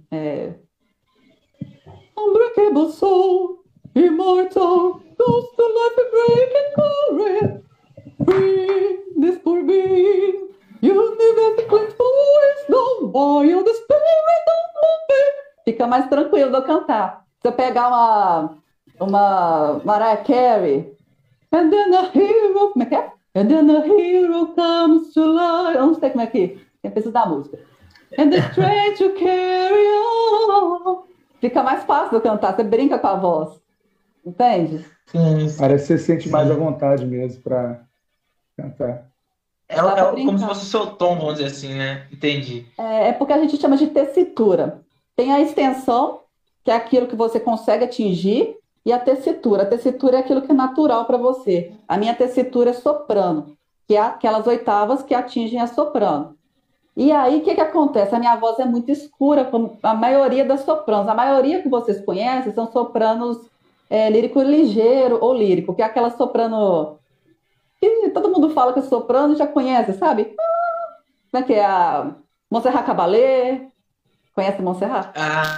Unbreakable soul, immortal, goes to life and break and glory. Free, this poor being, universe cleans for wisdom, while the spirit don't move. Fica mais tranquilo de eu cantar. Você pegar uma Mariah Carey, and then a hero, como é que é? And then a hero comes to life. Eu não sei como é que tem preciso da música. And the strength to carry on. Fica mais fácil de cantar, você brinca com a voz. Entende? Sim. Parece que você sente mais à vontade mesmo pra cantar. Como se fosse o seu tom, vamos dizer assim, né? Entendi. É porque a gente chama de tessitura. Tem a extensão, que é aquilo que você consegue atingir, e a tessitura. A tessitura é aquilo que é natural para você. A minha tessitura é soprano, que é aquelas oitavas que atingem a soprano. E aí, o que acontece? A minha voz é muito escura, como a maioria das sopranos. A maioria que vocês conhecem são sopranos lírico ligeiro ou lírico, que é aquela soprano que todo mundo fala que é soprano e já conhece, sabe? Como é que é? A Montserrat Caballé. Conhece Montserrat?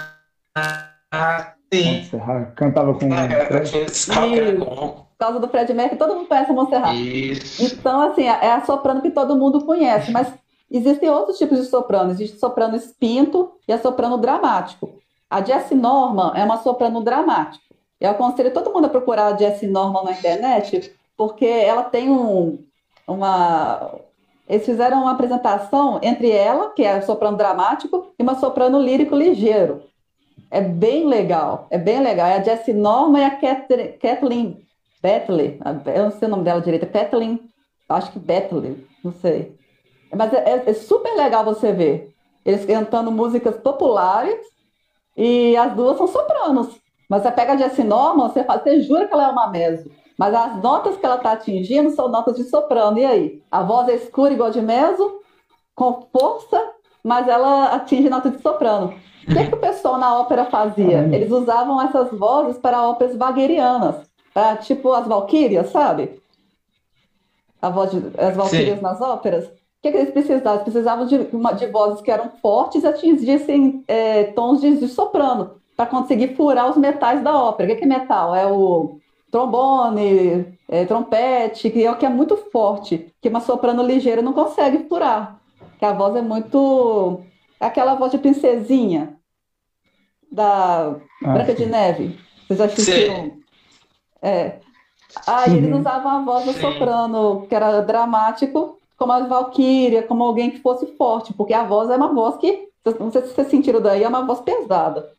Sim. Montserrat cantava com... Por causa do Freddie Mercury, todo mundo conhece a Montserrat. Isso. Então, assim, é a soprano que todo mundo conhece, mas existem outros tipos de soprano. Existe soprano espinto e a soprano dramático. A Jessye Norman é uma soprano dramático. Eu aconselho todo mundo a procurar a Jessye Norman na internet, porque ela tem Eles fizeram uma apresentação entre ela, que é soprano dramático, e uma soprano lírico ligeiro. É bem legal, é bem legal. É a Jessye Norman e a Kathleen Battle. Eu não sei o nome dela direito, é Kathleen, acho que Battle, não sei. Mas é super legal você ver. Eles cantando músicas populares e as duas são sopranos. Mas você pega a Jessye Norman, você jura que ela é uma mezzo. Mas as notas que ela está atingindo são notas de soprano. E aí? A voz é escura igual de mezzo, com força, mas ela atinge nota de soprano. O que o pessoal na ópera fazia? Eles usavam essas vozes para óperas wagnerianas, para tipo as valquírias, sabe? As valquírias nas óperas. O que eles precisavam? Eles precisavam de vozes que eram fortes e atingissem tons de soprano, para conseguir furar os metais da ópera. O que é metal? É o trombone, trompete, que é muito forte, que uma soprano ligeira não consegue furar, que a voz é muito... É aquela voz de princesinha da Branca de Neve. Vocês já assistiram? Aí eles usavam a voz do soprano, que era dramático, como a valquíria, como alguém que fosse forte, porque a voz é uma voz que, não sei se vocês sentiram daí, é uma voz pesada.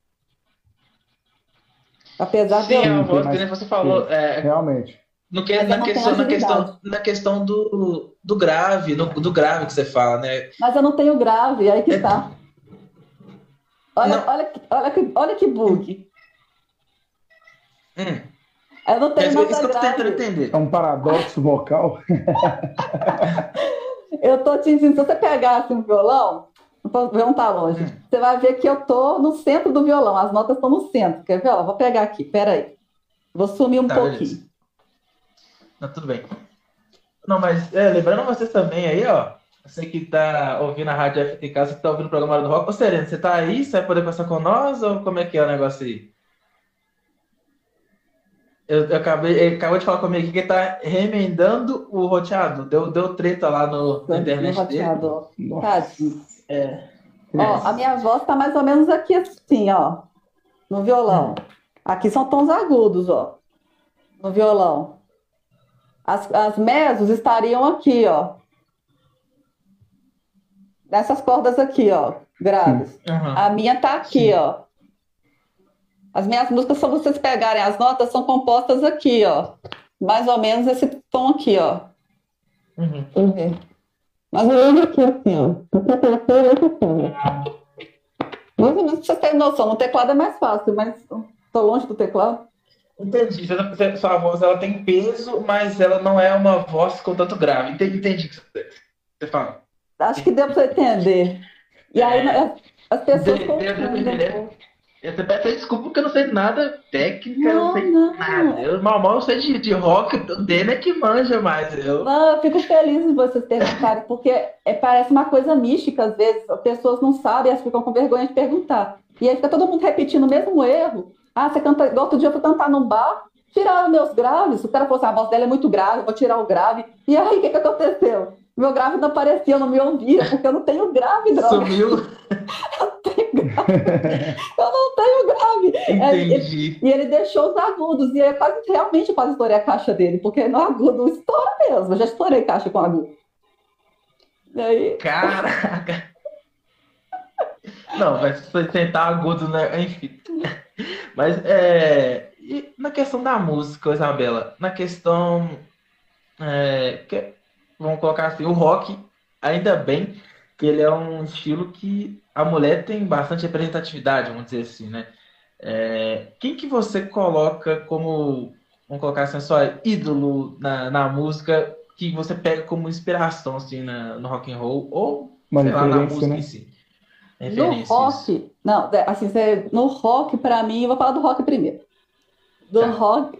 Apesar Sim, a voz que você falou. Realmente. Na questão do grave, do grave que você fala, né? Mas eu não tenho grave, aí que tá. Olha que bug. Eu não tenho nada isso que eu tô grave. tentando entender. É um paradoxo vocal. Eu tô te dizendo, se você pegar assim, um violão, o violão tá longe, você vai ver que eu tô no centro do violão, as notas estão no centro. Quer ver? Ó, vou pegar aqui, peraí. Vou sumir um pouquinho. Beleza. Não, tudo bem. Não, mas lembrando vocês também aí, ó, você que tá ouvindo a Rádio FT Casa, que tá ouvindo o programa do Rock, ô Sereno, você tá aí? Você vai poder conversar com nós ou como é que é o negócio aí? Ele acabou de falar comigo aqui que ele tá remendando o roteador. Deu treta lá na internet dele. Tadinho. Ó, a minha voz tá mais ou menos aqui assim, ó, no violão. Aqui são tons agudos, ó, no violão. As mesos estariam aqui, ó. Nessas cordas aqui, ó, graves. A minha tá aqui, ó. As minhas músicas, se vocês pegarem as notas, são compostas aqui, ó. Mais ou menos esse tom aqui, ó. Mais ou menos aqui, assim, ó. Mais ou menos pra vocês terem noção. No teclado é mais fácil, mas tô longe do teclado. Entendi. Sua voz ela tem peso, mas ela não é uma voz com tanto grave. Entendi o que você fala. Acho que deu pra você entender. E aí as pessoas confundem. Eu até peço desculpa porque eu não sei nada técnica, não sei nada. Eu mal sei de rock, o dele é que manja mais. Eu fico feliz de vocês perguntarem, porque parece uma coisa mística às vezes. As pessoas não sabem, elas ficam com vergonha de perguntar. E aí fica todo mundo repetindo o mesmo erro. Você canta, igual outro dia eu fui cantar num bar, tiraram meus graves. O cara falou assim, a voz dela é muito grave, eu vou tirar o grave. E aí, o que aconteceu? Meu grave não aparecia, eu não me ouvia, porque eu não tenho grave, droga. Sumiu. Eu não tenho grave. Entendi. E ele deixou os agudos, e aí realmente quase estourei a caixa dele, porque no agudo estoura mesmo. Eu já estourei caixa com agudo. E aí, Caraca! Não, vai tentar agudo, né? Enfim. Mas e na questão da música, Isabela, na questão vamos colocar assim, o rock, ainda bem que ele é um estilo que a mulher tem bastante representatividade, vamos dizer assim, né? Quem que você coloca como, vamos colocar assim, só ídolo na música, que você pega como inspiração assim no rock and roll ou Uma sei lá na referência, música em né? si? no Referência isso. rock, não, assim, no rock, pra mim, eu vou falar do rock primeiro. Do Tá. rock,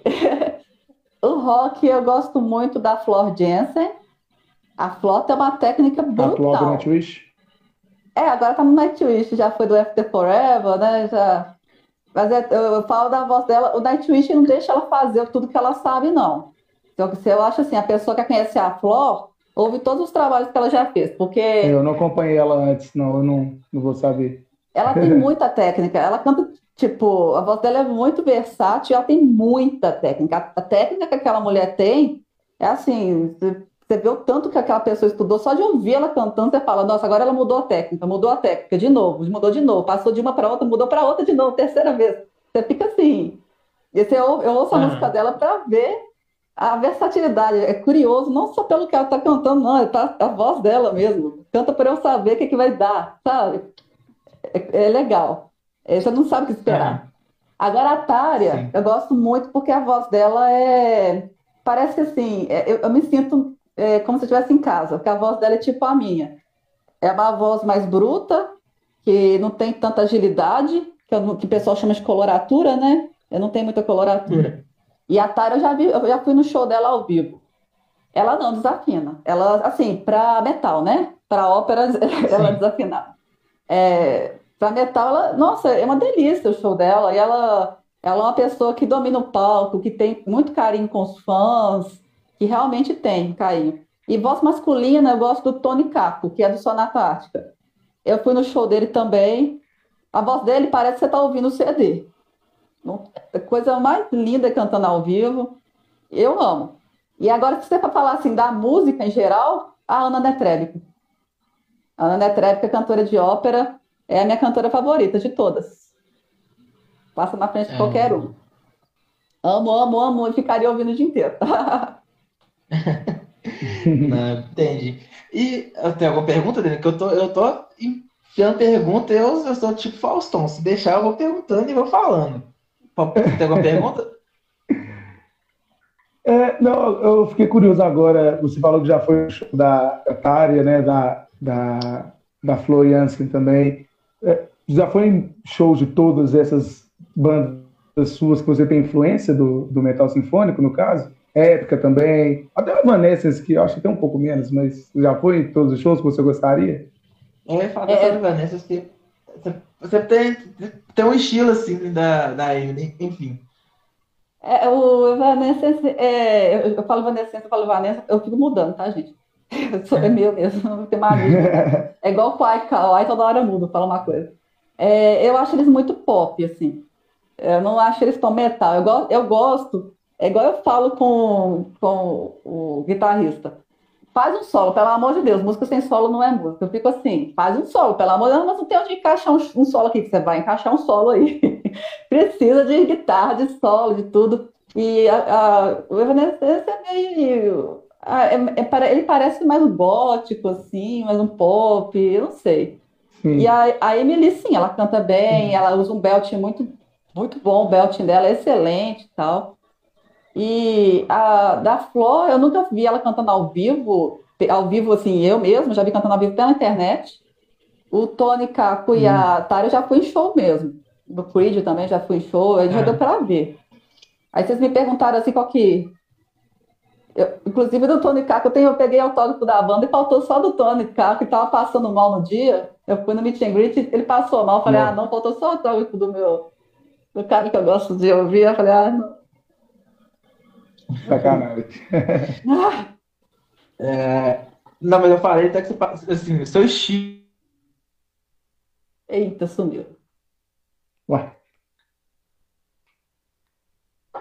o rock eu gosto muito da Flor Jensen. A Flor tem uma técnica A atual do brutal. Nightwish. Agora tá no Nightwish, já foi do After Forever, né? Já. Mas eu falo da voz dela, o Nightwish não deixa ela fazer tudo que ela sabe, não. Então, se eu acho assim, a pessoa que conhece a Flor, ouve todos os trabalhos que ela já fez, porque Eu não acompanhei ela antes, não. Eu não vou saber. ela tem muita técnica. Ela canta, tipo, a voz dela é muito versátil, ela tem muita técnica. A técnica que aquela mulher tem é assim, você vê o tanto que aquela pessoa estudou, só de ouvir ela cantando, você fala, nossa, agora ela mudou a técnica de novo, mudou de novo, passou de uma para outra, mudou para outra de novo, terceira vez. Você fica assim. E eu ouço a música Aham. dela para ver a versatilidade. É curioso, não só pelo que ela está cantando, não, a voz dela mesmo. Canta para eu saber o que vai dar, sabe? É legal. Você não sabe o que esperar. Aham. Agora, a Tária, Sim. eu gosto muito porque a voz dela é. Parece que assim, eu me sinto como se eu estivesse em casa, porque a voz dela é tipo a minha. É uma voz mais bruta, que não tem tanta agilidade, que o pessoal chama de coloratura, né? Eu não tenho muita coloratura. Uhum. E a Tária, eu já fui no show dela ao vivo. Ela não desafina. Ela, assim, pra metal, né? Pra ópera, ela Sim. desafina. Pra metal, nossa, é uma delícia o show dela. E ela é uma pessoa que domina o palco, que tem muito carinho com os fãs, que realmente tem carinho. E voz masculina, eu gosto do Tony Capo, que é do Sonata Ártica. Eu fui no show dele também. A voz dele parece que você está ouvindo o CD. É coisa mais linda cantando ao vivo. Eu amo. E agora, se você for falar assim da música em geral, a Ana Netrebko. A Ana Netrebko é cantora de ópera, é a minha cantora favorita de todas. Passa na frente de qualquer É, um. Amo, amo, amo e ficaria ouvindo o dia inteiro. não, entendi. E eu tenho alguma pergunta, Dani? Que eu tô enfiando pergunta, eu sou tipo Faustão. Se deixar, eu vou perguntando e vou falando. Tem alguma pergunta? Não, eu fiquei curioso agora. Você falou que já foi o show da Tária, né? Da Flor Jansen também. Já foi em shows de todas essas bandas suas que você tem influência do metal sinfônico, no caso? Épica também. Até o Evanescence, que eu acho que tem um pouco menos, mas já foi em todos os shows que você gostaria? Eu ia falar dessa É, Vanessa, que você tem um estilo assim da Emily, enfim. o Evanescence, eu falo Evanescence, eu falo Vanessa, eu fico mudando, tá, gente? É meu mesmo, não tem mania de mudar. É igual o Ai toda hora muda, fala uma coisa. Eu acho eles muito pop, assim. Eu não acho eles tão metal. Eu gosto, é igual eu falo com o guitarrista. Faz um solo, pelo amor de Deus. Música sem solo não é música. Eu fico assim, faz um solo, pelo amor de Deus, mas não tem onde encaixar um solo aqui, que você vai encaixar um solo aí. Precisa de guitarra, de solo, de tudo. E o Evanescence é meio. Ele parece mais um gótico, assim, mais um pop, eu não sei. E Sim, a Emily, sim, ela canta bem, ela usa um belt muito, muito bom, o belting dela é excelente e tal. E a da Flor, eu nunca vi ela cantando ao vivo assim, eu mesmo, já vi cantando ao vivo pela internet. O Tony Caco e sim. a Tara eu já fui em show mesmo. Do Creed também já fui em show, aí já deu Ah, pra ver. Aí vocês me perguntaram assim, qual que. Inclusive do Tony Caco, eu peguei autógrafo da banda e faltou só do Tony Caco, que tava passando mal no dia. Eu fui no meet and greet, ele passou mal. Eu falei, ah, Não, não, faltou só o autógrafo do cara que eu gosto de ouvir. Eu falei, ah, não. Enfim. sacanagem. não, mas eu falei até que assim, o seu estilo. Eita, sumiu. Ué,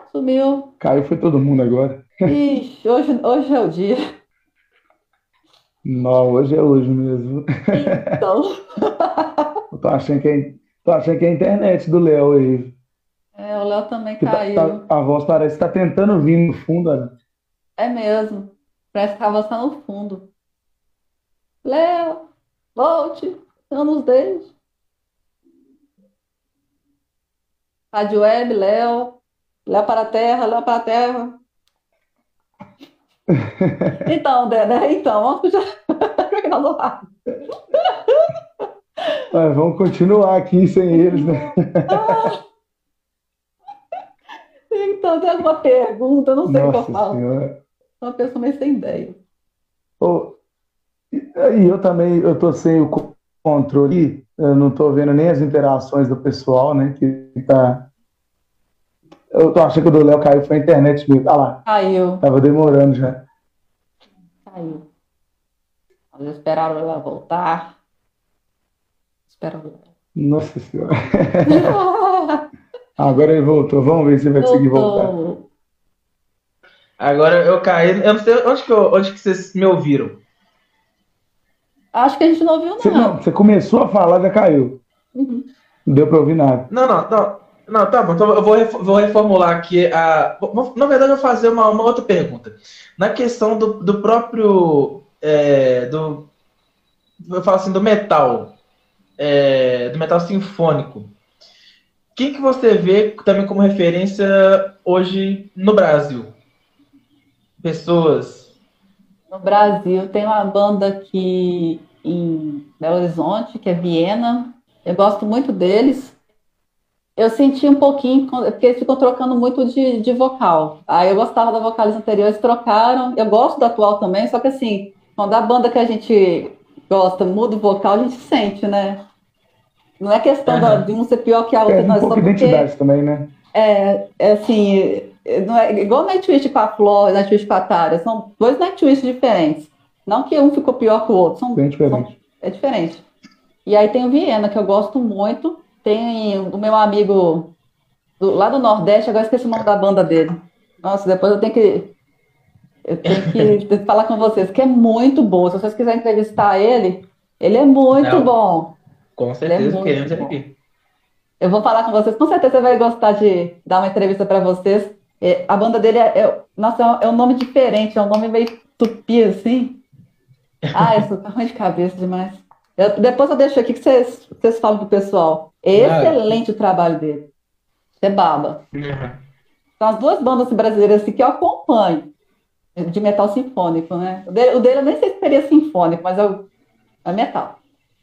Sumiu. Caiu foi todo mundo agora. Ixi, hoje é o dia. Não, hoje é hoje mesmo. Então. Eu tô achando que é a internet do Léo aí. O Léo também Que caiu. a voz parece que tá tentando vir no fundo, olha. É mesmo. Parece que a voz tá no fundo. Léo, volte. Não nos deixe. Rádio Web, Léo. Léo para a terra, Léo para a terra. Então, né? Então, vamos continuar no rádio. Vamos continuar aqui sem eles, né? Então, tem alguma pergunta? Eu não sei o que eu Nossa falo. Senhora. Uma pessoa meio sem ideia. Ô, e eu também, eu tô sem o controle, eu não tô vendo nem as interações do pessoal, né? Eu tô achando que o do Léo caiu, foi a internet mesmo. Ah lá, Caiu. tava demorando já. Caiu. Vamos esperar ela voltar. Espera o Léo. Nossa Senhora. Agora ele voltou, vamos ver se ele vai conseguir voltar. Voltou. Agora eu caí. Eu não sei onde que vocês me ouviram. Acho que a gente não ouviu Não, nada. você começou a falar, já caiu. Uhum. Não deu pra ouvir nada. Não, tá bom. Então eu vou reformular aqui. Na verdade, eu vou fazer uma outra pergunta. Na questão do próprio. Eu falo assim, do metal. Do metal sinfônico. Quem que você vê também como referência hoje no Brasil? Pessoas. No Brasil tem uma banda aqui em Belo Horizonte, que é Viena. Eu gosto muito deles. Eu senti um pouquinho, porque eles ficam trocando muito de vocal. Aí eu gostava da vocalista anterior, eles trocaram. Eu gosto da atual também, só que assim, quando a banda que a gente gosta muda o vocal, a gente sente, né? Não é questão de um ser pior que a outra, não, Um é só pouco de porque identidade também, né? é assim, não é igual Nightwish com a Flor, Nightwish com a Tara, são dois Nightwish diferentes. Não que um ficou pior que o outro, Bem diferente. é diferente. E aí tem o Viena, que eu gosto muito. Tem o meu amigo lá do Nordeste, agora eu esqueci o nome da banda dele. Nossa, depois eu tenho que falar com vocês, que é muito bom. Se vocês quiserem entrevistar ele é muito Não. bom. Com certeza, muito queremos ele bom. aqui. Eu vou falar com vocês, com certeza você vai gostar de dar uma entrevista para vocês. A banda dele nossa, é um nome diferente, é um nome meio tupi, assim. Isso tá ruim de cabeça demais. Depois eu deixo aqui que vocês falam pro pessoal. É excelente o trabalho dele. Você baba. Uhum. São as duas bandas brasileiras assim, que eu acompanho, de metal sinfônico, né? O dele eu nem sei se seria sinfônico, mas é metal.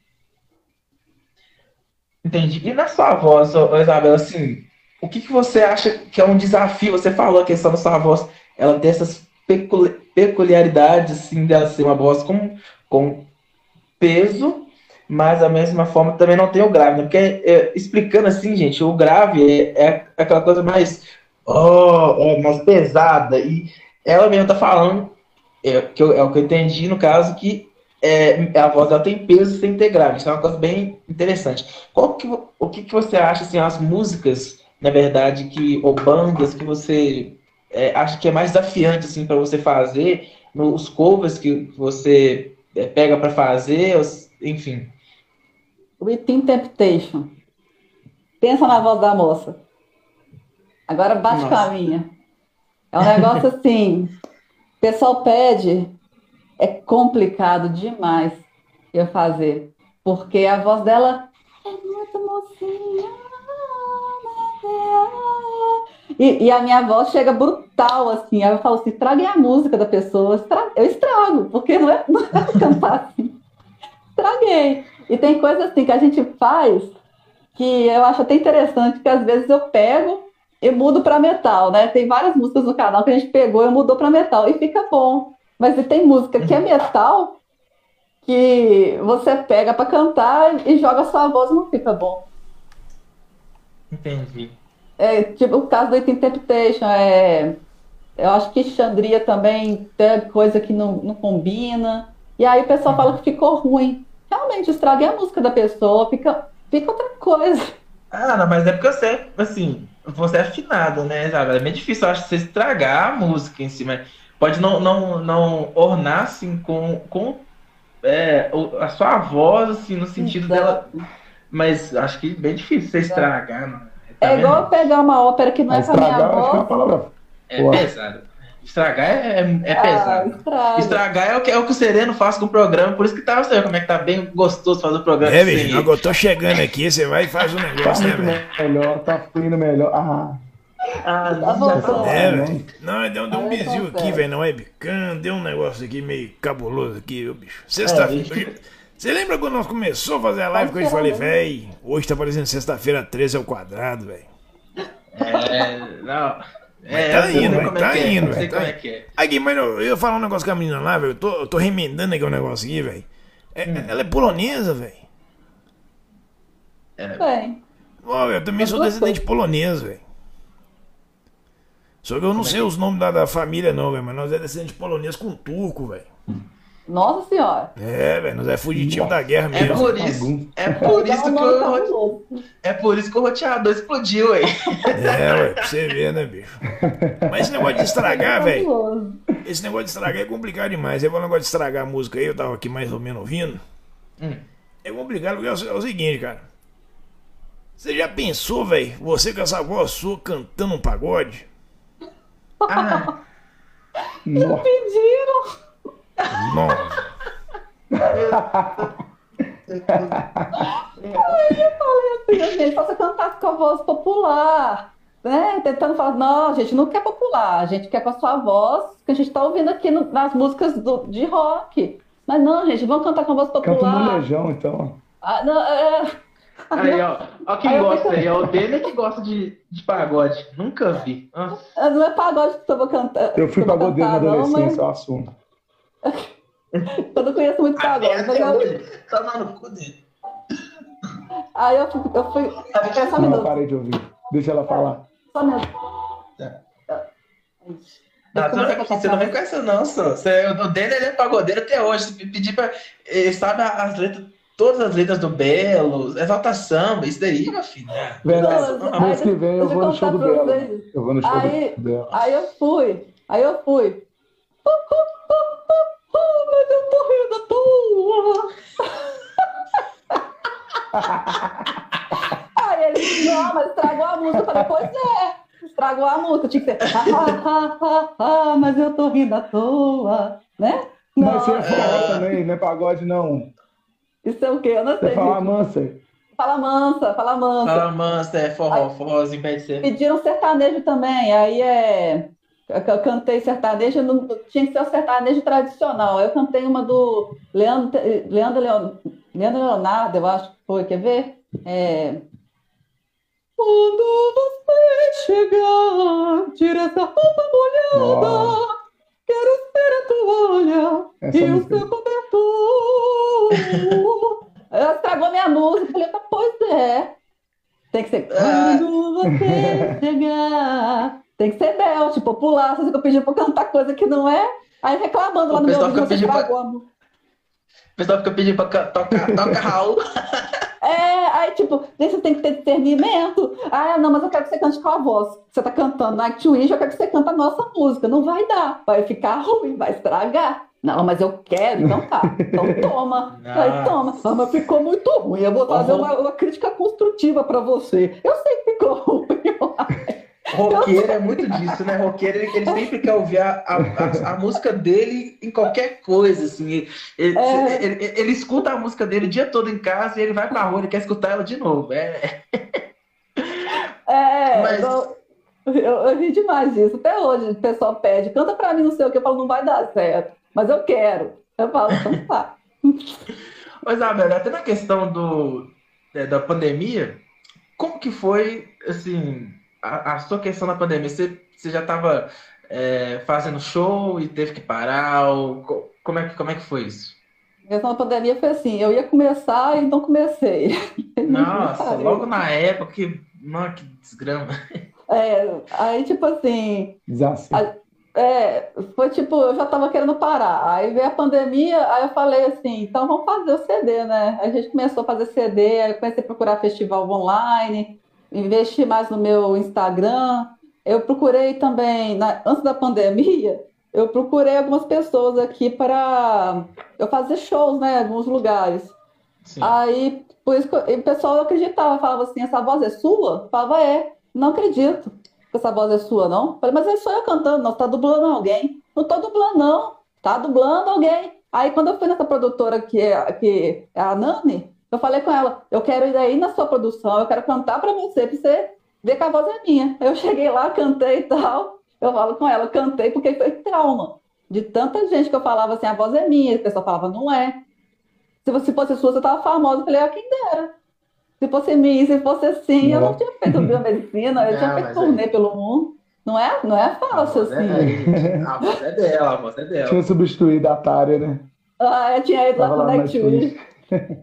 Entendi. E na sua voz, Isabela, assim, o que você acha que é um desafio? Você falou a questão da sua voz, ela tem essas peculiaridades, assim, dela ser uma voz com peso, mas da mesma forma também não tem o grave, né? Porque, explicando assim, gente, o grave é aquela coisa mais, mais pesada, e ela mesmo tá falando, é o que eu entendi no caso, que a voz dela tem peso sem ter grave. Isso é uma coisa bem interessante. O que você acha, assim, as músicas, na verdade, ou bandas que você acha que é mais desafiante, assim, para você fazer, os covers que você pega para fazer, enfim. Within Temptation. Pensa na voz da moça. Agora bate com a minha. É um negócio assim, o pessoal pede, é complicado demais eu fazer, porque a voz dela é muito mocinha. E a minha voz chega brutal, assim. Aí eu falo assim, estraguem a música da pessoa. Eu estrago, porque não é cantar assim. Estraguei. E tem coisas assim que a gente faz que eu acho até interessante, que às vezes eu pego e mudo para metal, né? Tem várias músicas no canal que a gente pegou e mudou para metal, e fica bom. Mas tem música que é metal, que você pega para cantar e joga sua voz e não fica bom. Entendi. Tipo o caso do Within Temptation, eu acho que Xandria também tem coisa que não combina. E aí o pessoal fala que ficou ruim. Realmente, estraguei a música da pessoa, fica outra coisa. Não, mas é porque eu sei, assim, você é afinado, né, Isabela? É meio difícil, eu acho, você estragar a música em si, mas pode não ornar, assim, a sua voz, assim, no sentido dela. Exato. Mas acho que é bem difícil você Exato. estragar, não. Tá É igual vendo? eu pegar uma ópera que não A é com a minha estragar, eu acho que é uma voz. palavra É forte. pesado. Estragar é Ah, pesado. estraga. Estragar é o que o Sereno faz com o programa, por isso que tá, você vê como é que tá bem gostoso fazer o programa É, sem bicho, ele. agora eu tô chegando aqui, você vai e faz um Tá negócio, né, muito velho? melhor, tá fluindo melhor. Ah, Tá já voltando. tá. É, não. velho. Não, deu um Aí bizil aqui, consegue. velho, na webcam, deu um negócio aqui meio cabuloso aqui, viu, bicho? É, Sexta-feira. Você lembra quando nós começamos a fazer a live que eu falei, velho, hoje tá parecendo sexta-feira 13 ao quadrado, velho. Não. Mas tá eu sei indo, como velho, é tá que é, indo, eu sei velho. como Tá é indo. que é. Aqui, mas eu ia falar um negócio com a menina lá, velho. Eu tô remendando aqui um negócio aqui, velho. Ela é polonesa, velho. Bem, Ó, eu também sou descendente polonês, velho. Só que eu não sei os nomes da família, não, velho. Mas nós é descendente polonês com turco, velho. nossa senhora. É, velho, nós é fugitivo da guerra É mesmo. por isso, é por Dá isso um que nome o, cabuloso. é por isso que o roteador explodiu aí. É, ué, pra você ver, né, bicho? Mas esse negócio de estragar, velho. Cabuloso. Esse negócio de estragar é complicado demais. Aí o negócio de estragar a música aí, eu tava aqui mais ou menos ouvindo. É complicado porque é o seguinte, cara. Você já pensou, velho, você com essa voz sua cantando um pagode? Ah, Nossa. Pediram. Nossa. Eu falei assim, gente, você cantar com a voz popular. Né? Tentando falar, não, a gente não quer popular, a gente quer com a sua voz, que a gente tá ouvindo aqui nas músicas de rock. Mas não, gente, vamos cantar com a voz Canta um popular. molejão, então. Ah, não, aí, ó. Ó quem Aí eu gosta fico- aí. Ó, o dele é que gosta de pagode. Nunca vi. Nossa. não é pagode que eu vou cantar. Eu fui que eu vou pagodeiro na cantar, não, adolescência, eu assumo. eu não conheço muito pagode. Mas Até eu, hoje. Tá lá no cu dele. aí eu fui. Espera só um Não, minuto. parei de ouvir. Deixa ela falar. Só um minuto. Não, você não vem com essa, não, só. O dele ele é pagodeiro até hoje. Se pedir pra. Ele sabe as letras, todas as letras do Belo, Exalta Samba, isso daí, meu filho. Verdade. Não, Mês que vem eu deixa eu vou no show do contar pra Belo. vocês. Eu vou no show Aí- do Belo. Aí eu fui. Mas eu tô rindo à toa. Aí ele disse, não, mas estragou a música. Eu falei, pois é, estragou a música. Tinha que ser, mas eu tô rindo à toa, né? Mas você Não, é forró também, não é pagode, não. isso é o quê? Eu não sei. Você fala gente. mansa. Fala mansa. Fala, mansa, é forrozinho, pede ser. Pediram sertanejo também, aí eu cantei sertanejo, não, tinha que ser o sertanejo tradicional. Aí eu cantei uma do Leandro Leonardo, eu acho que foi, quer ver? Quando você chegar, tira essa roupa molhada, Nossa. quero ser a toalha Essa e o música. seu cobertor. Ela estragou minha música, eu falei, pois é. Tem que ser quando você chegar. Tem que ser belt, popular. Vocês ficam pedindo pra eu cantar coisa que não é. Aí reclamando lá O no meu pessoal vídeo, fica você pedindo pra- estragou a música. O pessoal fica pedindo pra toca Raul. Aí tipo, você tem que ter discernimento. Ah, não, mas eu quero que você cante com a voz. Você tá cantando Nightwish, eu quero que você cante a nossa música. Não vai dar, vai ficar ruim, vai estragar. Não, mas eu quero, então tá. Então toma. Aí toma. Ah, mas ficou muito ruim. Eu vou fazer uma crítica construtiva pra você. Eu sei que ficou ruim. Roqueiro é muito disso, né? Roqueiro, ele sempre quer ouvir a música dele em qualquer coisa, assim. Ele escuta a música dele o dia todo em casa e ele vai pra rua, ele quer escutar ela de novo. Mas- Eu ri demais disso. Até hoje o pessoal pede, canta pra mim, não sei o que. Eu falo, não vai dar certo. Mas eu quero. Eu falo, então tá. Mas, Abel, até na questão da pandemia, como que foi, assim, a sua questão na pandemia? Você já estava fazendo show e teve que parar? Como é que foi isso? A questão da pandemia foi assim, eu ia começar e não comecei. Nossa, Parei. logo na época, que desgrama. Aí tipo assim, Desafio. foi tipo, eu já tava querendo parar. Aí veio a pandemia, aí eu falei assim, então vamos fazer o CD, né? Aí a gente começou a fazer CD, aí eu comecei a procurar festival online, investi mais no meu Instagram. Eu procurei também, antes da pandemia, eu procurei algumas pessoas aqui para eu fazer shows, né, em alguns lugares. Sim. Aí, por isso que o pessoal acreditava, falava assim, essa voz é sua? Eu falava, é, não acredito que essa voz é sua, não. Eu falei, mas é só eu cantando, não, você tá dublando alguém. Não tô dublando, não, tá dublando alguém. Aí, quando eu fui nessa produtora que é a Nani, eu falei com ela, eu quero ir aí na sua produção, eu quero cantar pra você ver que a voz é minha. Eu cheguei lá, cantei e tal, eu falo com ela, eu cantei porque foi trauma. De tanta gente que eu falava assim, a voz é minha, a pessoa falava, não é. Se você fosse sua, você tava famosa. Eu falei, ah, quem dera. Se fosse minha, se fosse assim, eu não Nossa. tinha feito biomedicina, eu tinha Não, feito mas turnê pelo mundo. Não é a fácil voz assim. a voz é dela, a voz é Tinha dela. substituído a Tária, né? Ah, eu tinha ido lá Tava pro lá no Netflix. Nightwish.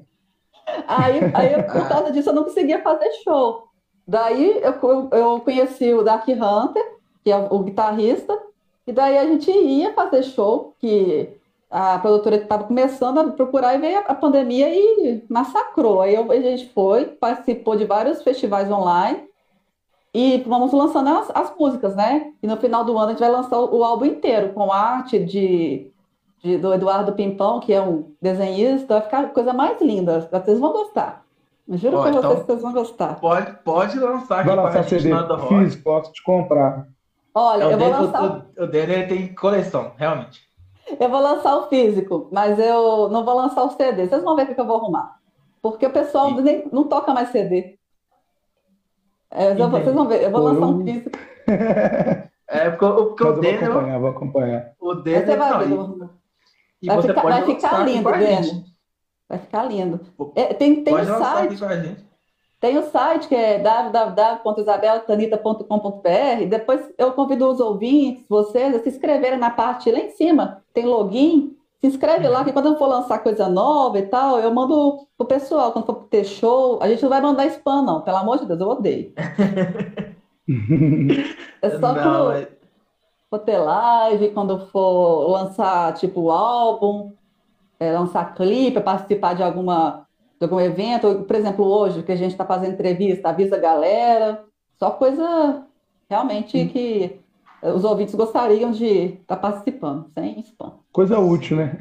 Por Ah, causa disso, eu não conseguia fazer show. Daí eu conheci o Dark Hunter, que é o guitarrista, e daí a gente ia fazer show, que a produtora estava começando a procurar e veio a pandemia e massacrou. A gente foi, participou de vários festivais online e vamos lançando as músicas, né? E no final do ano a gente vai lançar o álbum inteiro, com arte do Eduardo Pimpão, que é um desenhista, vai ficar a coisa mais linda. Vocês vão gostar. Eu juro ó, pra vocês que então vocês vão gostar. pode lançar aqui Vai com a lançar gente CD na do Rock. físico, posso te comprar. Olha, O dele, o dele ele tem coleção, realmente. eu vou lançar o físico, mas eu não vou lançar o CD. Vocês vão ver o que eu vou arrumar. Porque o pessoal E- nem, não toca mais CD. Vocês Entendi. vão ver, eu vou Pô, lançar um eu... físico. Porque Mas o eu dele, vou acompanhar. o Aí dele, você vai não, ver. e você pode Vai lançar ficar aqui com lindo, a Dani. gente. Vai ficar lindo. Tem um Pode lançar aqui site. com a gente. Tem o site que é www.isabeltanita.com.br. Depois eu convido os ouvintes, vocês, a se inscreverem na parte lá em cima. Tem login. Se inscreve lá, que quando eu for lançar coisa nova e tal, eu mando pro pessoal. Quando for ter show, a gente não vai mandar spam, não. Pelo amor de Deus, eu odeio. É só Não, pro for ter live, quando for lançar, tipo, o álbum, lançar clipe, participar de algum evento. Por exemplo, hoje, que a gente está fazendo entrevista, avisa a galera. Só coisa realmente que os ouvintes gostariam de estar participando, sem spam. Coisa útil, né?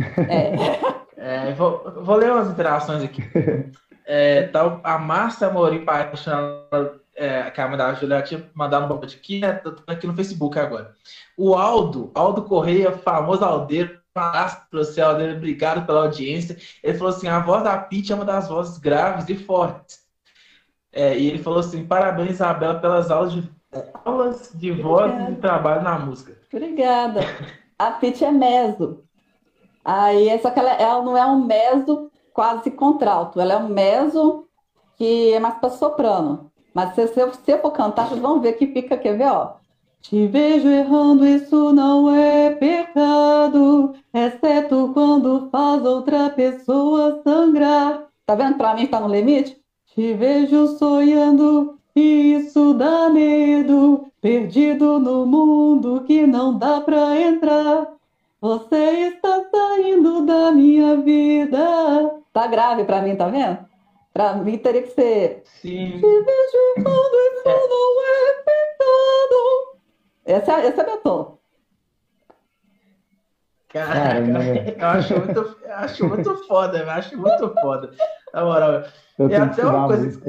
vou ler umas interações aqui. Tá a Márcia Amorim Paixão, que é a mãe da Julia, tinha mandado um pouco aqui, né? Tô aqui no Facebook agora. O Aldo Correia, famoso aldeiro, um abraço pro você, Aldeiro, obrigado pela audiência. Ele falou assim: a voz da Pitty é uma das vozes graves e fortes. E ele falou assim: parabéns, Isabela, pelas aulas de voz e trabalho na música. Obrigada. A Pitty é meso. Aí, só que ela não é um meso quase contralto, ela é um meso que é mais para soprano. Mas se eu for cantar, vocês vão ver que fica, quer ver, ó. Te vejo errando, isso não é pecado, exceto quando faz outra pessoa sangrar. Tá vendo pra mim que tá no limite? Te vejo sonhando, e isso dá medo, perdido no mundo que não dá pra entrar. Você está saindo da minha vida. Tá grave pra mim, tá vendo? Pra mim teria que ser. Sim. Te vejo errando, isso não é pecado. Esse é meu tom. Caraca, eu acho muito foda, eu acho muito foda. Na moral. Eu E tenho que até tirar uma a coisa. música.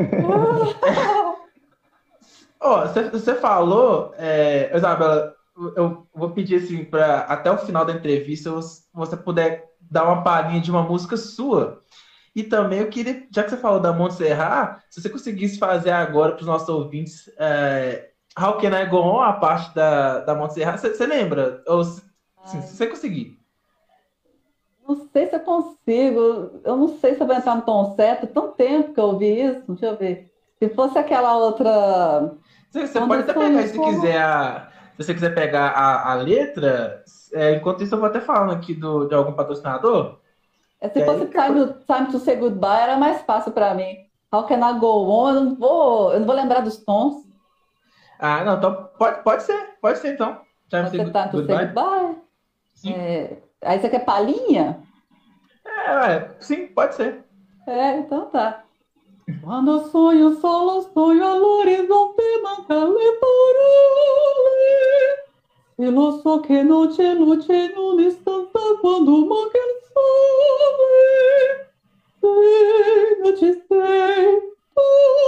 Ó, você falou, Isabela, eu vou pedir assim, para até o final da entrevista, você puder dar uma palhinha de uma música sua. E também eu queria, já que você falou da Montserrat, se você conseguisse fazer agora para os nossos ouvintes, How Can I Go On, a parte da Montserrat, você lembra? Ou se você conseguir. Não sei se eu consigo. Eu não sei se eu vou entrar no tom certo. Tanto tempo que eu ouvi isso. Deixa eu ver. Se fosse aquela outra. Você pode até pegar, se você quiser pegar a letra, enquanto isso eu vou até falando aqui de algum patrocinador. Se fosse time to Say Goodbye, era mais fácil para mim. How Can I Go On? Eu não vou lembrar dos tons. Ah, não, então pode ser então. Time Time to Say Goodbye? Sim. Aí você quer palhinha? Sim, pode ser. Então tá. Quando sonho all'orizzonte manca le parole. E lo so che non c'è luce in un'istanza quando manca il sole. Se non ci sei tu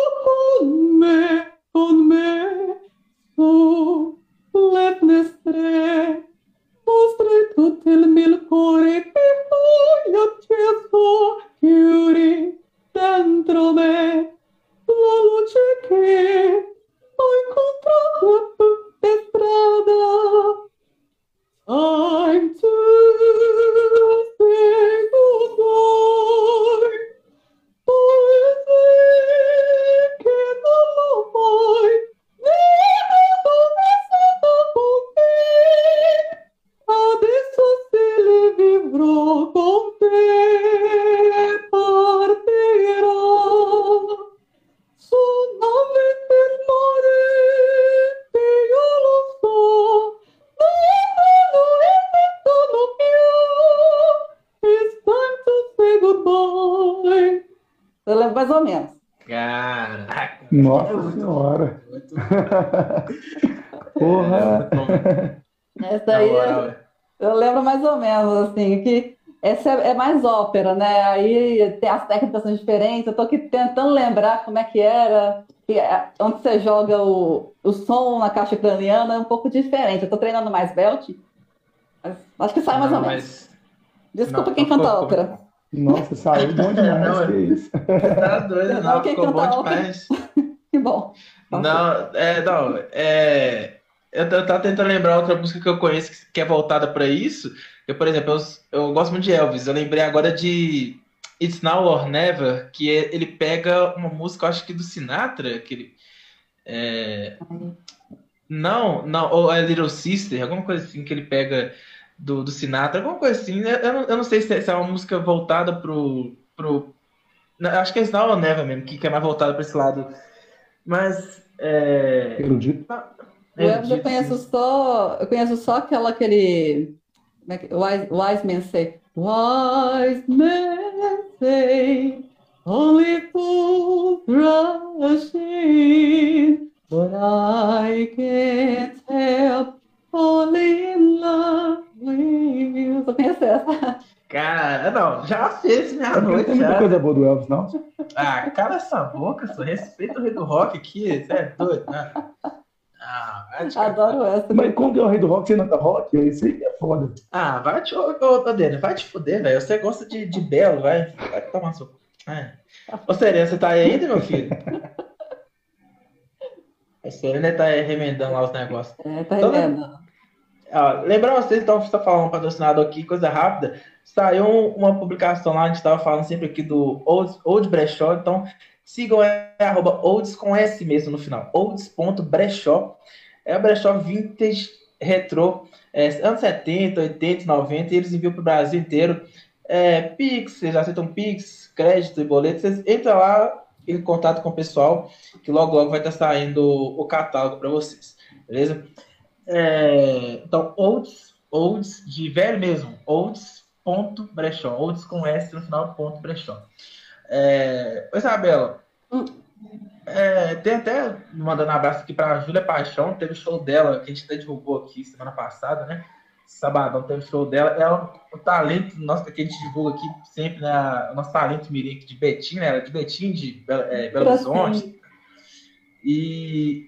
con me, sulle finestre, mostri tutto il mio cuore che hai acceso, chiudi dentro me la luce che ho incontrato per strada. Time to say goodbye. Poesie che non lo fai, nessuno con te. Adesso se le vivrò con te, partirò su nave del mare, che io lo so, non più. It's time to say goodbye. Eu levo mais ou menos. Caraca. Nossa senhora. Porra. Essa aí eu lembro mais ou menos, assim, que essa é mais ópera, né? Aí tem as técnicas são diferentes. Eu tô aqui tentando lembrar como é que era, onde você joga o som na caixa craniana é um pouco diferente. Eu tô treinando mais belt, mas acho que sai mais ou menos. Desculpa quem canta ópera. Nossa, saiu bom demais, que isso. Tá doido, não, ficou bom demais. Que bom. Eu tava tentando lembrar outra música que eu conheço que é voltada pra isso. Por exemplo, eu gosto muito de Elvis. Eu lembrei agora de It's Now or Never, que ele pega uma música, eu acho que do Sinatra, que ele... Não, ou é Little Sister, alguma coisa assim que ele pega do Sinatra, alguma coisa assim. Eu não sei se é uma música voltada pro... Acho que é It's Now or Never mesmo, que é mais voltada pra esse lado. Mas... Erudito. Eu conheço só aquele Wise Men Say. Wise men say only fools rush in, but I can't help falling in love with you. Só conheço essa. Cara, não, já fez minha Não noite. tem muita Já. coisa boa do Elvis, não. Ah, cala essa boca, só respeita o rei do rock aqui, você é doido, né? Vai te Adoro essa. Mas quando é o rei do rock, você não tá rock? Isso aí é foda. vai te... Ô, Dani, vai te fuder, velho. Você gosta de belo, vai tomar seu... Ô, Serena, você tá aí ainda, meu filho? A Serena tá aí remendando lá os negócios. Tá Então, remendando. Lembrar vocês, então, você tá falando um patrocinador aqui, coisa rápida. Saiu uma publicação lá, a gente tava falando sempre aqui do Old Brechó, então sigam @olds com S mesmo no final, olds.brechó. É o brechó vintage, retrô, anos 70, 80, 90, e eles enviam pro Brasil inteiro. Pix, vocês aceitam Pix, crédito e boleto, vocês entram lá em contato com o pessoal, que logo logo vai estar saindo o catálogo para vocês, beleza? Então, olds de velho mesmo, olds.brechó, olds com S no final, ponto brechó. Isabela, tem até mandando um abraço aqui para a Júlia Paixão, teve o show dela, que a gente até divulgou aqui semana passada, né? Sabadão teve o show dela. Ela, o talento nosso que a gente divulga aqui sempre, né? O nosso talento mirim aqui de Betim, né? Ela é de Betim, de Belo Horizonte. E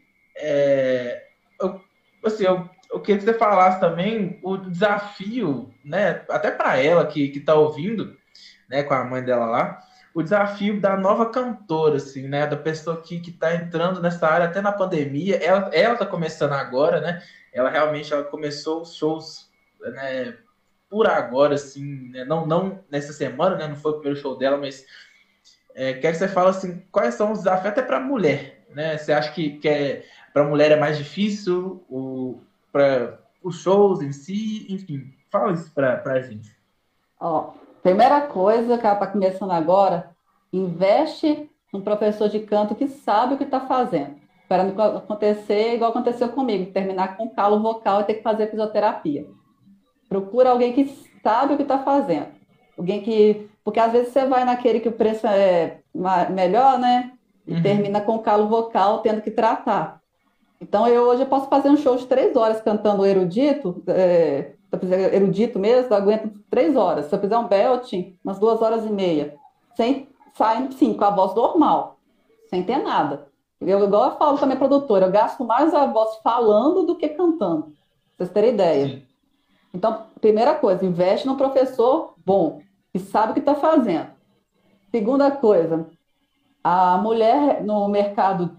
eu queria que você falasse também o desafio, né? Até para ela que tá ouvindo, né? Com a mãe dela lá. O desafio da nova cantora, assim, né? Da pessoa que tá entrando nessa área até na pandemia. Ela tá começando agora, né? Ela começou os shows, né, por agora, assim, né? Não nessa semana, né? Não foi o primeiro show dela, mas quero que você fale, assim, quais são os desafios até para mulher, né? Você acha que para mulher é mais difícil para os shows em si? Enfim, fala isso para gente. Primeira coisa, que ela está começando agora, investe num professor de canto que sabe o que está fazendo, para não acontecer igual aconteceu comigo, terminar com calo vocal e ter que fazer fisioterapia. Procura alguém que sabe o que está fazendo. Alguém que. Porque às vezes você vai naquele que o preço é melhor, né? E termina com calo vocal tendo que tratar. Então hoje eu posso fazer um show de 3 horas cantando erudito, se eu fizer erudito mesmo, eu aguento 3 horas. Se eu fizer um belting, umas 2 horas e meia. Sem sair, sim, com a voz normal, sem ter nada. Igual eu falo com a minha produtora, eu gasto mais a voz falando do que cantando. Pra vocês terem ideia. Sim. Então, primeira coisa, investe num professor bom, que sabe o que está fazendo. Segunda coisa, a mulher no mercado,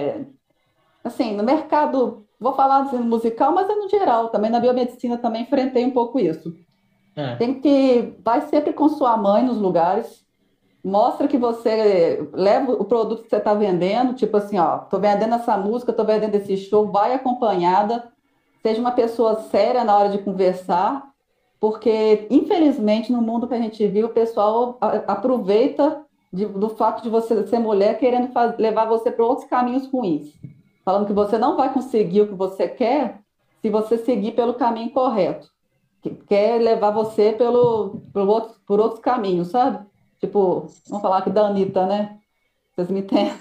assim, no mercado, vou falar assim, musical, mas é no geral, também na biomedicina também enfrentei um pouco isso. Vai sempre com sua mãe nos lugares, mostra que você leva o produto que você está vendendo, tipo assim, ó, tô vendendo essa música, tô vendendo esse show, vai acompanhada, seja uma pessoa séria na hora de conversar, porque, infelizmente, no mundo que a gente vive, o pessoal aproveita do fato de você ser mulher, querendo levar você para outros caminhos ruins, falando que você não vai conseguir o que você quer se você seguir pelo caminho correto, que quer levar você por outros caminhos, sabe? Tipo, vamos falar aqui da Anitta, né? Vocês me entendem?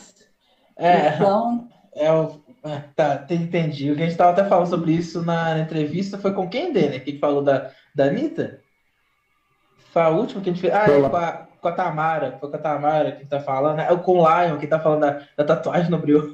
Então, Tá, entendi. O que a gente estava até falando sobre isso na entrevista foi com quem, Denner? Que a gente falou da Anitta? Foi a última que a gente fez. Com a Tamara. Foi com a Tamara que a gente tá falando. Com o Lion, que tá falando da tatuagem no brioco.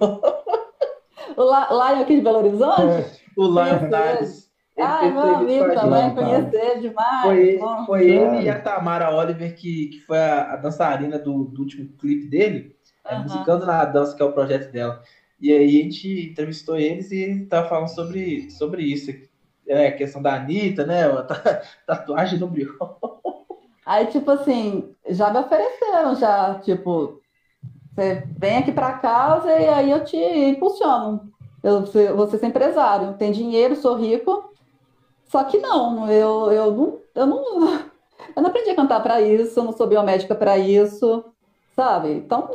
o Lion aqui de Belo Horizonte? O Lion Tales. Meu amigo também, conhecer demais. Foi ele e a Tamara Oliver, que foi a dançarina do último clipe dele, Musicando na Dança, que é o projeto dela. E aí a gente entrevistou eles e tava falando sobre isso. A questão da Anitta, né? A tatuagem no brioco. Aí, tipo assim, já me ofereceram, tipo, você vem aqui para casa e aí eu te impulsiono. Eu vou ser empresário, tem dinheiro, sou rico. Só que não, eu não aprendi a cantar para isso, eu não sou biomédica para isso, sabe? Então,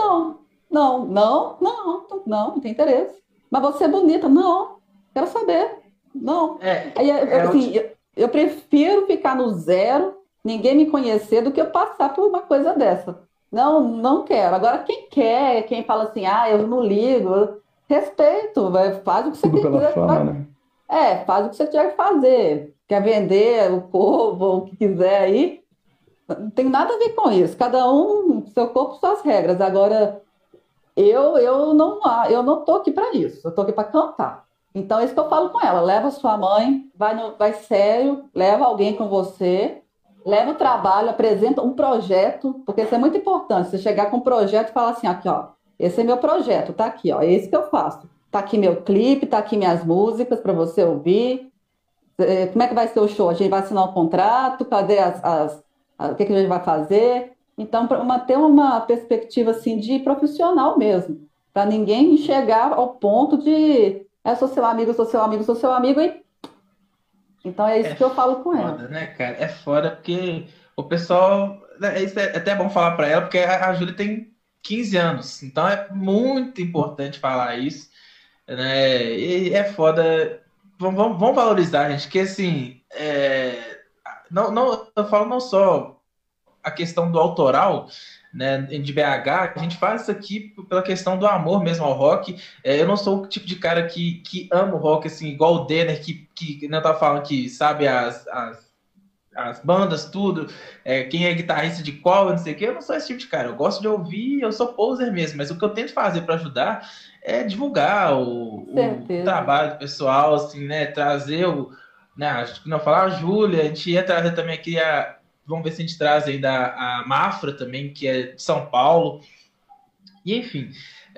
não tem interesse. Mas você é bonita? Não, quero saber. Não. Assim, eu prefiro ficar no zero, ninguém me conhecer, do que eu passar por uma coisa dessa. Não quero. Agora, quem quer, quem fala assim, eu não ligo, respeito, faz o que você quiser. Faz o que você tiver que fazer. Quer vender o corpo, ou o que quiser aí, não tem nada a ver com isso. Cada um, seu corpo, suas regras. Agora, eu não tô aqui para isso. Eu tô aqui para cantar. Então, é isso que eu falo com ela. Leva sua mãe, vai sério, leva alguém com você, leva o trabalho, apresenta um projeto, porque isso é muito importante. Você chegar com um projeto e falar assim, aqui, ó, esse é meu projeto, tá aqui, ó, é esse que eu faço. Tá aqui meu clipe, tá aqui minhas músicas para você ouvir. Como é que vai ser o show? A gente vai assinar um contrato? Cadê o que a gente vai fazer? Então, para manter uma perspectiva assim de profissional mesmo, para ninguém chegar ao ponto de sou seu amigo, sou seu amigo, sou seu amigo e então é isso que eu falo com ela. Né, cara? É foda porque o pessoal, isso é até bom falar para ela, porque a Júlia tem 15 anos, então é muito importante falar isso, né? E é foda. Vamos valorizar, gente, que assim, eu falo não só a questão do autoral, né, de BH, a gente faz isso aqui pela questão do amor mesmo ao rock. Eu não sou o tipo de cara que ama o rock, assim, igual o Denner, que não tava falando que sabe as bandas, tudo, quem é guitarrista de qual, não sei o que. Eu não sou esse tipo de cara, eu gosto de ouvir, eu sou poser mesmo, mas o que eu tento fazer para ajudar é divulgar o trabalho do pessoal, assim, né, trazer acho que não falar a Júlia, a gente ia trazer também aqui vamos ver se a gente traz ainda a Mafra também, que é de São Paulo. E enfim.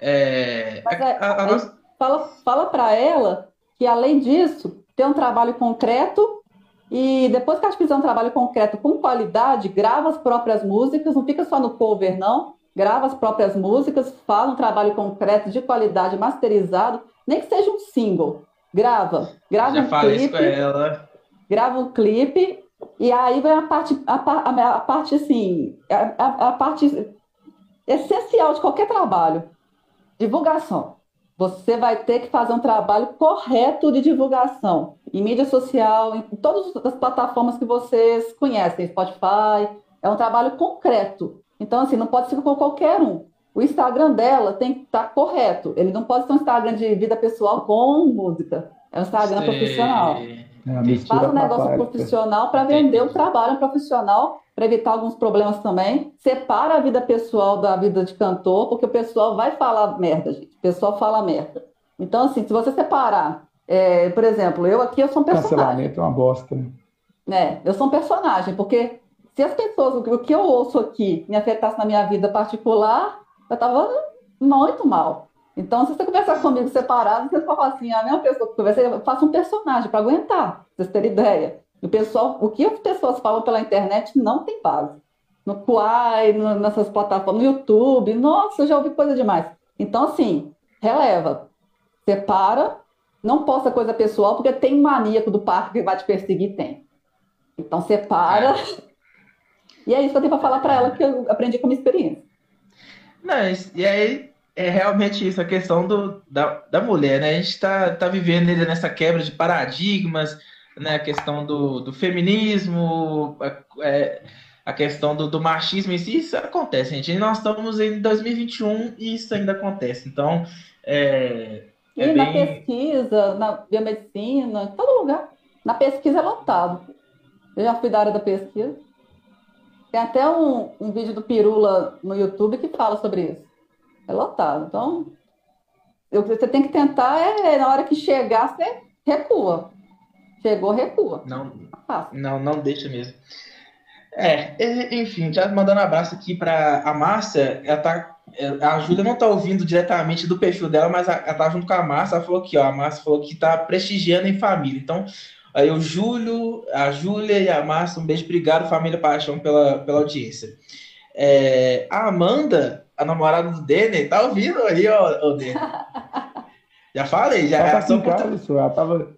Fala para ela que, além disso, tem um trabalho concreto e depois que a gente fizer um trabalho concreto com qualidade, grava as próprias músicas, não fica só no cover, não. Grava as próprias músicas, fala um trabalho concreto de qualidade, masterizado, nem que seja um single. Grava Já um falei clipe. Isso com ela. Grava um clipe. E aí vem a parte assim, a parte essencial de qualquer trabalho, divulgação. Você vai ter que fazer um trabalho correto de divulgação, em mídia social, em todas as plataformas que vocês conhecem, Spotify, é um trabalho concreto. Então, assim, não pode ser com qualquer um. O Instagram dela tem que estar correto. Ele não pode ser um Instagram de vida pessoal com música. É um Instagram profissional. Faz um negócio profissional para vender o trabalho profissional, para evitar alguns problemas também. Separa a vida pessoal da vida de cantor, porque o pessoal vai falar merda, gente. O pessoal fala merda. Então, assim, se você separar, por exemplo, eu sou um personagem. Cancelamento é uma bosta, né? Eu sou um personagem, porque se as pessoas, o que eu ouço aqui, me afetasse na minha vida particular, eu estava muito mal. Então, se você conversar comigo separado, você fala assim, a mesma pessoa que conversa, eu faço um personagem para aguentar, pra vocês terem ideia. O que as pessoas falam pela internet não tem base. No Quai, nessas plataformas, no YouTube, nossa, eu já ouvi coisa demais. Então, assim, releva. Separa, não posta coisa pessoal, porque tem maníaco do parque que vai te perseguir, tem. Então, separa. E é isso que eu tenho para falar para ela, que eu aprendi com a minha experiência. E aí, é realmente isso, a questão da mulher, né? A gente tá vivendo nessa quebra de paradigmas, né? A questão do feminismo, a questão do machismo em si, isso acontece, gente. E nós estamos em 2021 e isso ainda acontece. Então, na pesquisa, na biomedicina, em todo lugar. Na pesquisa é lotado. Eu já fui da área da pesquisa. Tem até um vídeo do Pirula no YouTube que fala sobre isso. É lotado. Então, o que você tem que tentar na hora que chegar, você recua. Chegou, recua. Não deixa mesmo. Enfim, já mandando um abraço aqui para a Márcia. A Júlia não tá ouvindo diretamente do perfil dela, mas ela tá junto com a Márcia. Ela falou aqui, ó. A Márcia falou que tá prestigiando em família. Então, aí o Júlio, a Júlia e a Márcia, um beijo, obrigado, família Paixão, pela audiência. A Amanda, a namorada do Denner, tá ouvindo aí, ó, Denner. Já falei, já ela tá aqui em casa, isso, ela tava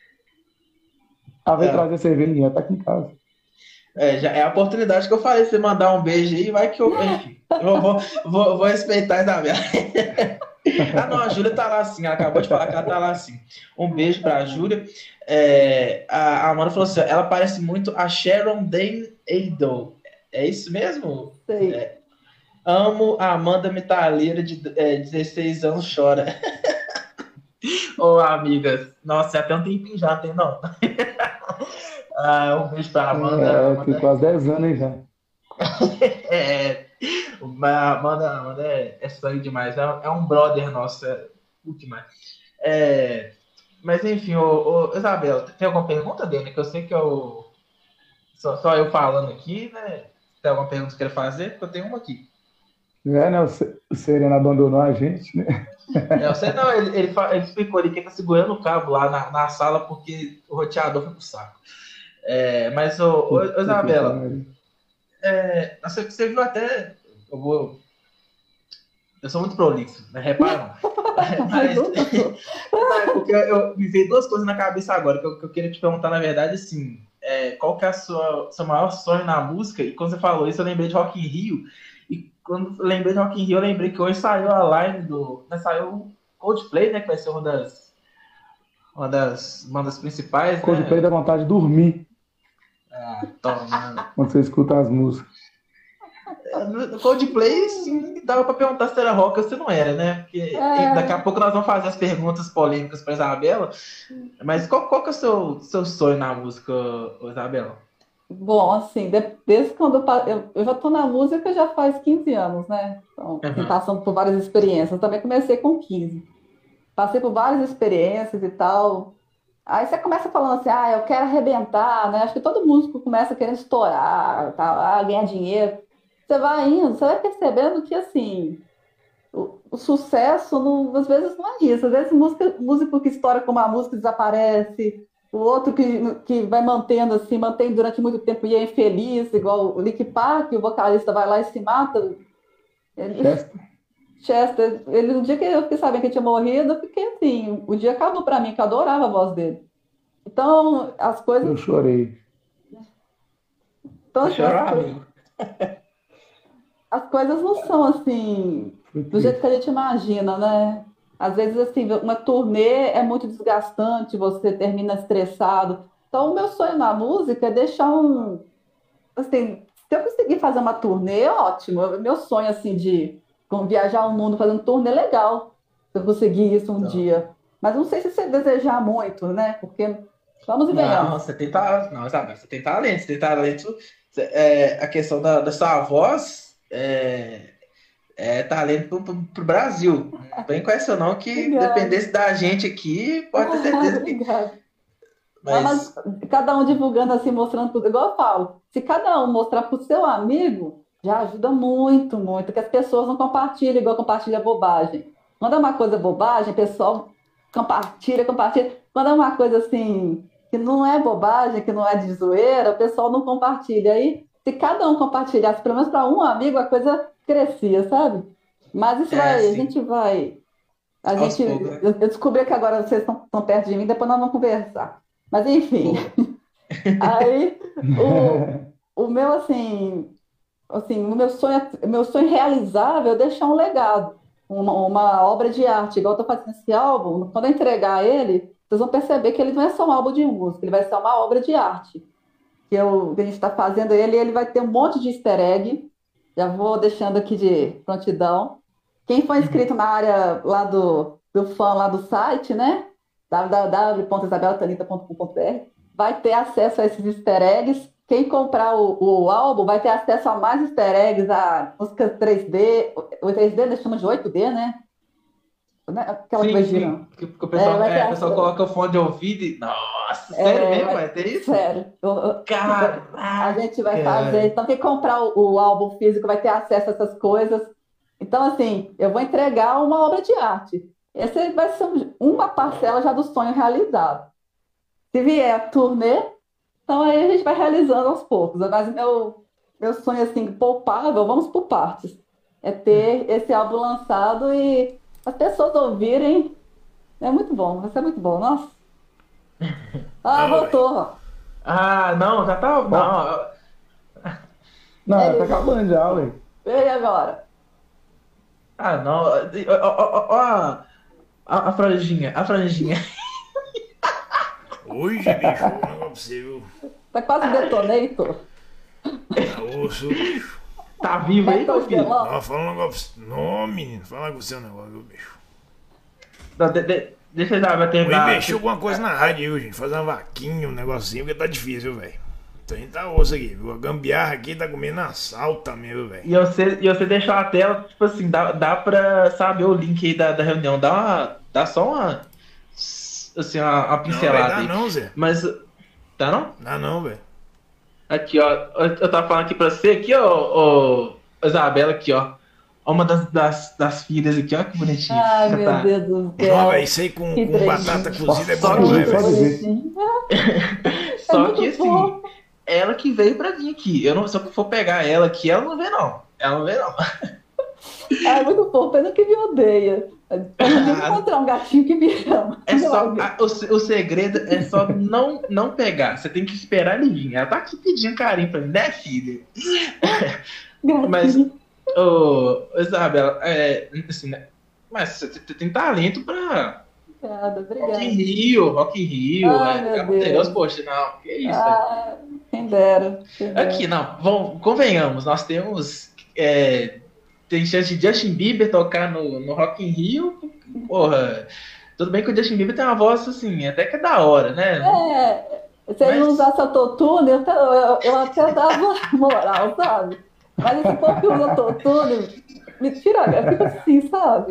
trazer cerveja, ela tá aqui em casa. Já é a oportunidade que eu falei, você mandar um beijo aí, vai que eu vou respeitar a Isabela. Não, a Júlia tá lá sim, ela acabou de falar que ela tá lá sim. Um beijo pra Júlia. A Amanda falou assim, ela parece muito a Sharon Dane Eido. É isso mesmo? Sim. Amo a Amanda metaleira de 16 anos chora. Ô, amigas, nossa, até um tempinho já, tem não? Um beijo pra Amanda. Tem quase 10 anos aí já. A Amanda é sangue demais, é um brother nosso, demais. Mas enfim, Isabela, tem alguma pergunta dele? Que eu sei que só eu falando aqui, né? Tem alguma pergunta que você quer fazer? Porque eu tenho uma aqui. Né? O Sereno abandonou a gente, né? Ele explicou ali que tá segurando o cabo lá na sala porque o roteador foi pro saco. Mas, Isabela, você viu até. Eu sou muito prolixo, né? Repara. Porque eu me veio duas coisas na cabeça agora que eu queria te perguntar, na verdade, assim. Qual que é o seu maior sonho na música? E quando você falou isso, eu lembrei de Rock in Rio. E quando eu lembrei de Rock in Rio, eu lembrei que hoje saiu a line saiu o Coldplay, né? Que vai ser uma das bandas principais. Coldplay dá vontade de dormir. Toma. Quando você escuta as músicas. No Coldplay, sim, dava pra perguntar se era rock ou se não era, né? Porque daqui a pouco nós vamos fazer as perguntas polêmicas pra Isabela. Mas qual que é o seu sonho na música, Isabela? Bom, assim, desde quando eu já tô na música já faz 15 anos, né? Então, passando por várias experiências. Eu também comecei com 15. Passei por várias experiências e tal. Aí você começa falando assim, eu quero arrebentar, né? Acho que todo músico começa querendo estourar, ganhar dinheiro. Você vai indo, você vai percebendo que, assim, o sucesso, às vezes, não é isso. Às vezes, músico que estoura com uma música desaparece, o outro que vai mantendo, assim, mantém durante muito tempo e é infeliz, igual o Linkin Park, o vocalista vai lá e se mata. Chester, no dia que eu fiquei sabendo que ele tinha morrido, eu fiquei assim, o dia acabou pra mim, que eu adorava a voz dele. Então, as coisas... Eu chorei. Então, as coisas não são assim, do jeito que a gente imagina, né? Às vezes, assim, uma turnê é muito desgastante, você termina estressado. Então, o meu sonho na música é deixar assim, Se eu conseguir fazer uma turnê, ótimo. Meu sonho, assim, de viajar o mundo fazendo turnê, legal. Se eu conseguir isso um dia. Mas não sei se você desejar muito, né? Porque vamos e venhamos. Não, você tem talento. Não, Isabela, você tem talento. Você tem talento. A questão da sua voz é talento pro Brasil. Não vem com essa não, que Obrigada. dependesse da gente aqui, pode ter certeza que... Obrigada. Mas, Mas cada um divulgando assim, mostrando tudo, igual eu falo. Se cada um mostrar pro seu amigo, já ajuda muito, muito. Porque as pessoas não compartilham igual compartilha bobagem. Quando é uma coisa bobagem, o pessoal compartilha. Quando é uma coisa assim, que não é bobagem, que não é de zoeira, o pessoal não compartilha. Aí, se cada um compartilhasse, pelo menos para um amigo, a coisa crescia, sabe? Mas isso a sim. gente vai. Aos poucos, né? Eu descobri que agora vocês estão perto de mim, depois nós vamos conversar. Mas enfim, aí o meu assim, o meu sonho realizável é deixar um legado, uma obra de arte, igual eu estou fazendo esse álbum. Quando eu entregar ele, vocês vão perceber que ele não é só um álbum de música, ele vai ser uma obra de arte. Que a gente está fazendo ele vai ter um monte de easter egg. Já vou deixando aqui de prontidão. Quem for inscrito na área lá do fã lá do site, né? www.isabelatanita.com.br, vai ter acesso a esses easter eggs. Quem comprar o álbum vai ter acesso a mais easter eggs, a músicas 3D. O 3D eles chamam de 8D, né? Aquela sim, coisa sim. Que o pessoal coloca o fone de ouvido e... Nossa, sério mesmo? Vai ter isso? Sério. Caraca! A gente vai fazer. Então, quem comprar o álbum físico vai ter acesso a essas coisas. Então, assim, eu vou entregar uma obra de arte. Essa vai ser uma parcela já do sonho realizado. Se vier a turnê, então aí a gente vai realizando aos poucos. Mas meu sonho, assim, poupável, vamos por partes. É ter esse álbum lançado e as pessoas ouvirem. É muito bom, vai ser muito bom. Nossa. Voltou. Não, já tá... Não, tá acabando já, ué. E agora? Não. Ó, a franjinha. Hoje, bicho, não é possível. Tá quase detonator. Tá osso, bicho. Tá vivo aí, meu filho? Não, fala um negócio. Não, menino, fala com o seu negócio, bicho. Não, deixa eu dar, terminar. Vou investir alguma coisa na rádio aí, gente. Fazer uma vaquinha, um negocinho, porque tá difícil, velho. Então a gente tá osso aqui, viu? A gambiarra aqui tá comendo assalto também, viu, velho? E você deixou a tela, tipo assim, dá pra saber o link aí da reunião. Dá só uma. Assim, uma pincelada aí. Não, não, Zé. Mas. Tá não? Não, velho. Aqui, ó. Eu tava falando aqui pra você, aqui, ó. Isabela, aqui, ó. Uma das filhas aqui, ó, que bonitinho. Ai, meu Deus do céu. Não, velho, isso aí com batata cozida é bom, né, velho? Só que assim, ela que veio pra mim aqui. Se eu for pegar ela aqui, ela não vê, não. É muito fofo, pena que me odeia. Eu não vou encontrar um gatinho que me ama. O segredo é só não pegar. Você tem que esperar ele vir. Ela tá aqui pedindo carinho pra mim, né, filha? Mas, Isabela, assim, né? Mas você tem talento pra... Obrigada. Rock in Rio. Meu Deus, poxa, não. Que isso? Quem dera. Aqui, não. Convenhamos, nós temos... tem chance de Justin Bieber tocar no Rock in Rio. Porra, tudo bem que o Justin Bieber tem uma voz assim, até que é da hora, né? Se ele não usasse autotune, eu até dava moral, sabe? Mas esse povo que usa autotune, me tira, eu fico assim, sabe?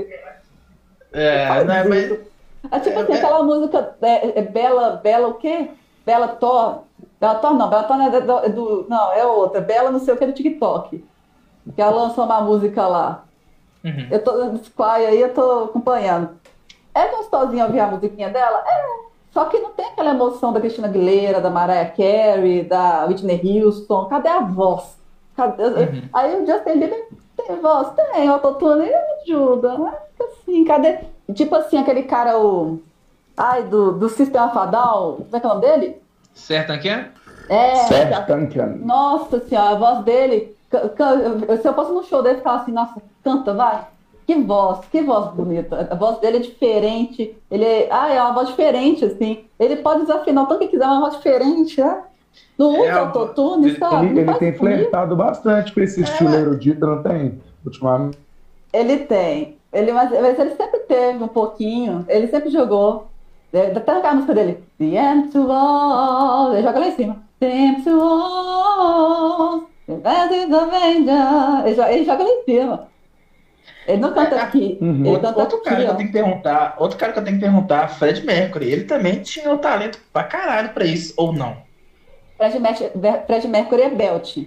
É tipo assim, aquela música Bela o quê? Bela Thor não é não, é outra, Bela não sei o que, do TikTok. Que ela lançou uma música lá. Uhum. Eu tô nesse Squire aí, eu tô acompanhando. É gostosinho ouvir a musiquinha dela? Só que não tem aquela emoção da Christina Aguilera, da Mariah Carey, da Whitney Houston. Cadê a voz? Aí o Justin Bieber tem voz? Tem, o autotune ajuda. Mas assim, cadê? Tipo assim, aquele cara, do System of a Down, como é que é o nome dele? Sertankian? Sertankian. Nossa senhora, a voz dele... Se eu fosse no show dele e falar assim, nossa, canta, vai. Que voz bonita. A voz dele é diferente. É uma voz diferente, assim. Ele pode desafinar o tanto que quiser, é uma voz diferente, né? Não usa autotune, sabe? Ele tem flertado bastante com esse estilo erudito, não tem? Ultimamente. Ele tem. Mas ele sempre teve um pouquinho. Ele sempre jogou. Até a música dele. The end to all. Ele joga lá em cima. The end to all. The best is Avenger. Ele joga lá em cima. Ele não canta aqui. Ele canta outro cara aqui, que eu tenho que perguntar, Fred Mercury. Ele também tinha o talento pra caralho pra isso, ou não? Fred Mercury é belt.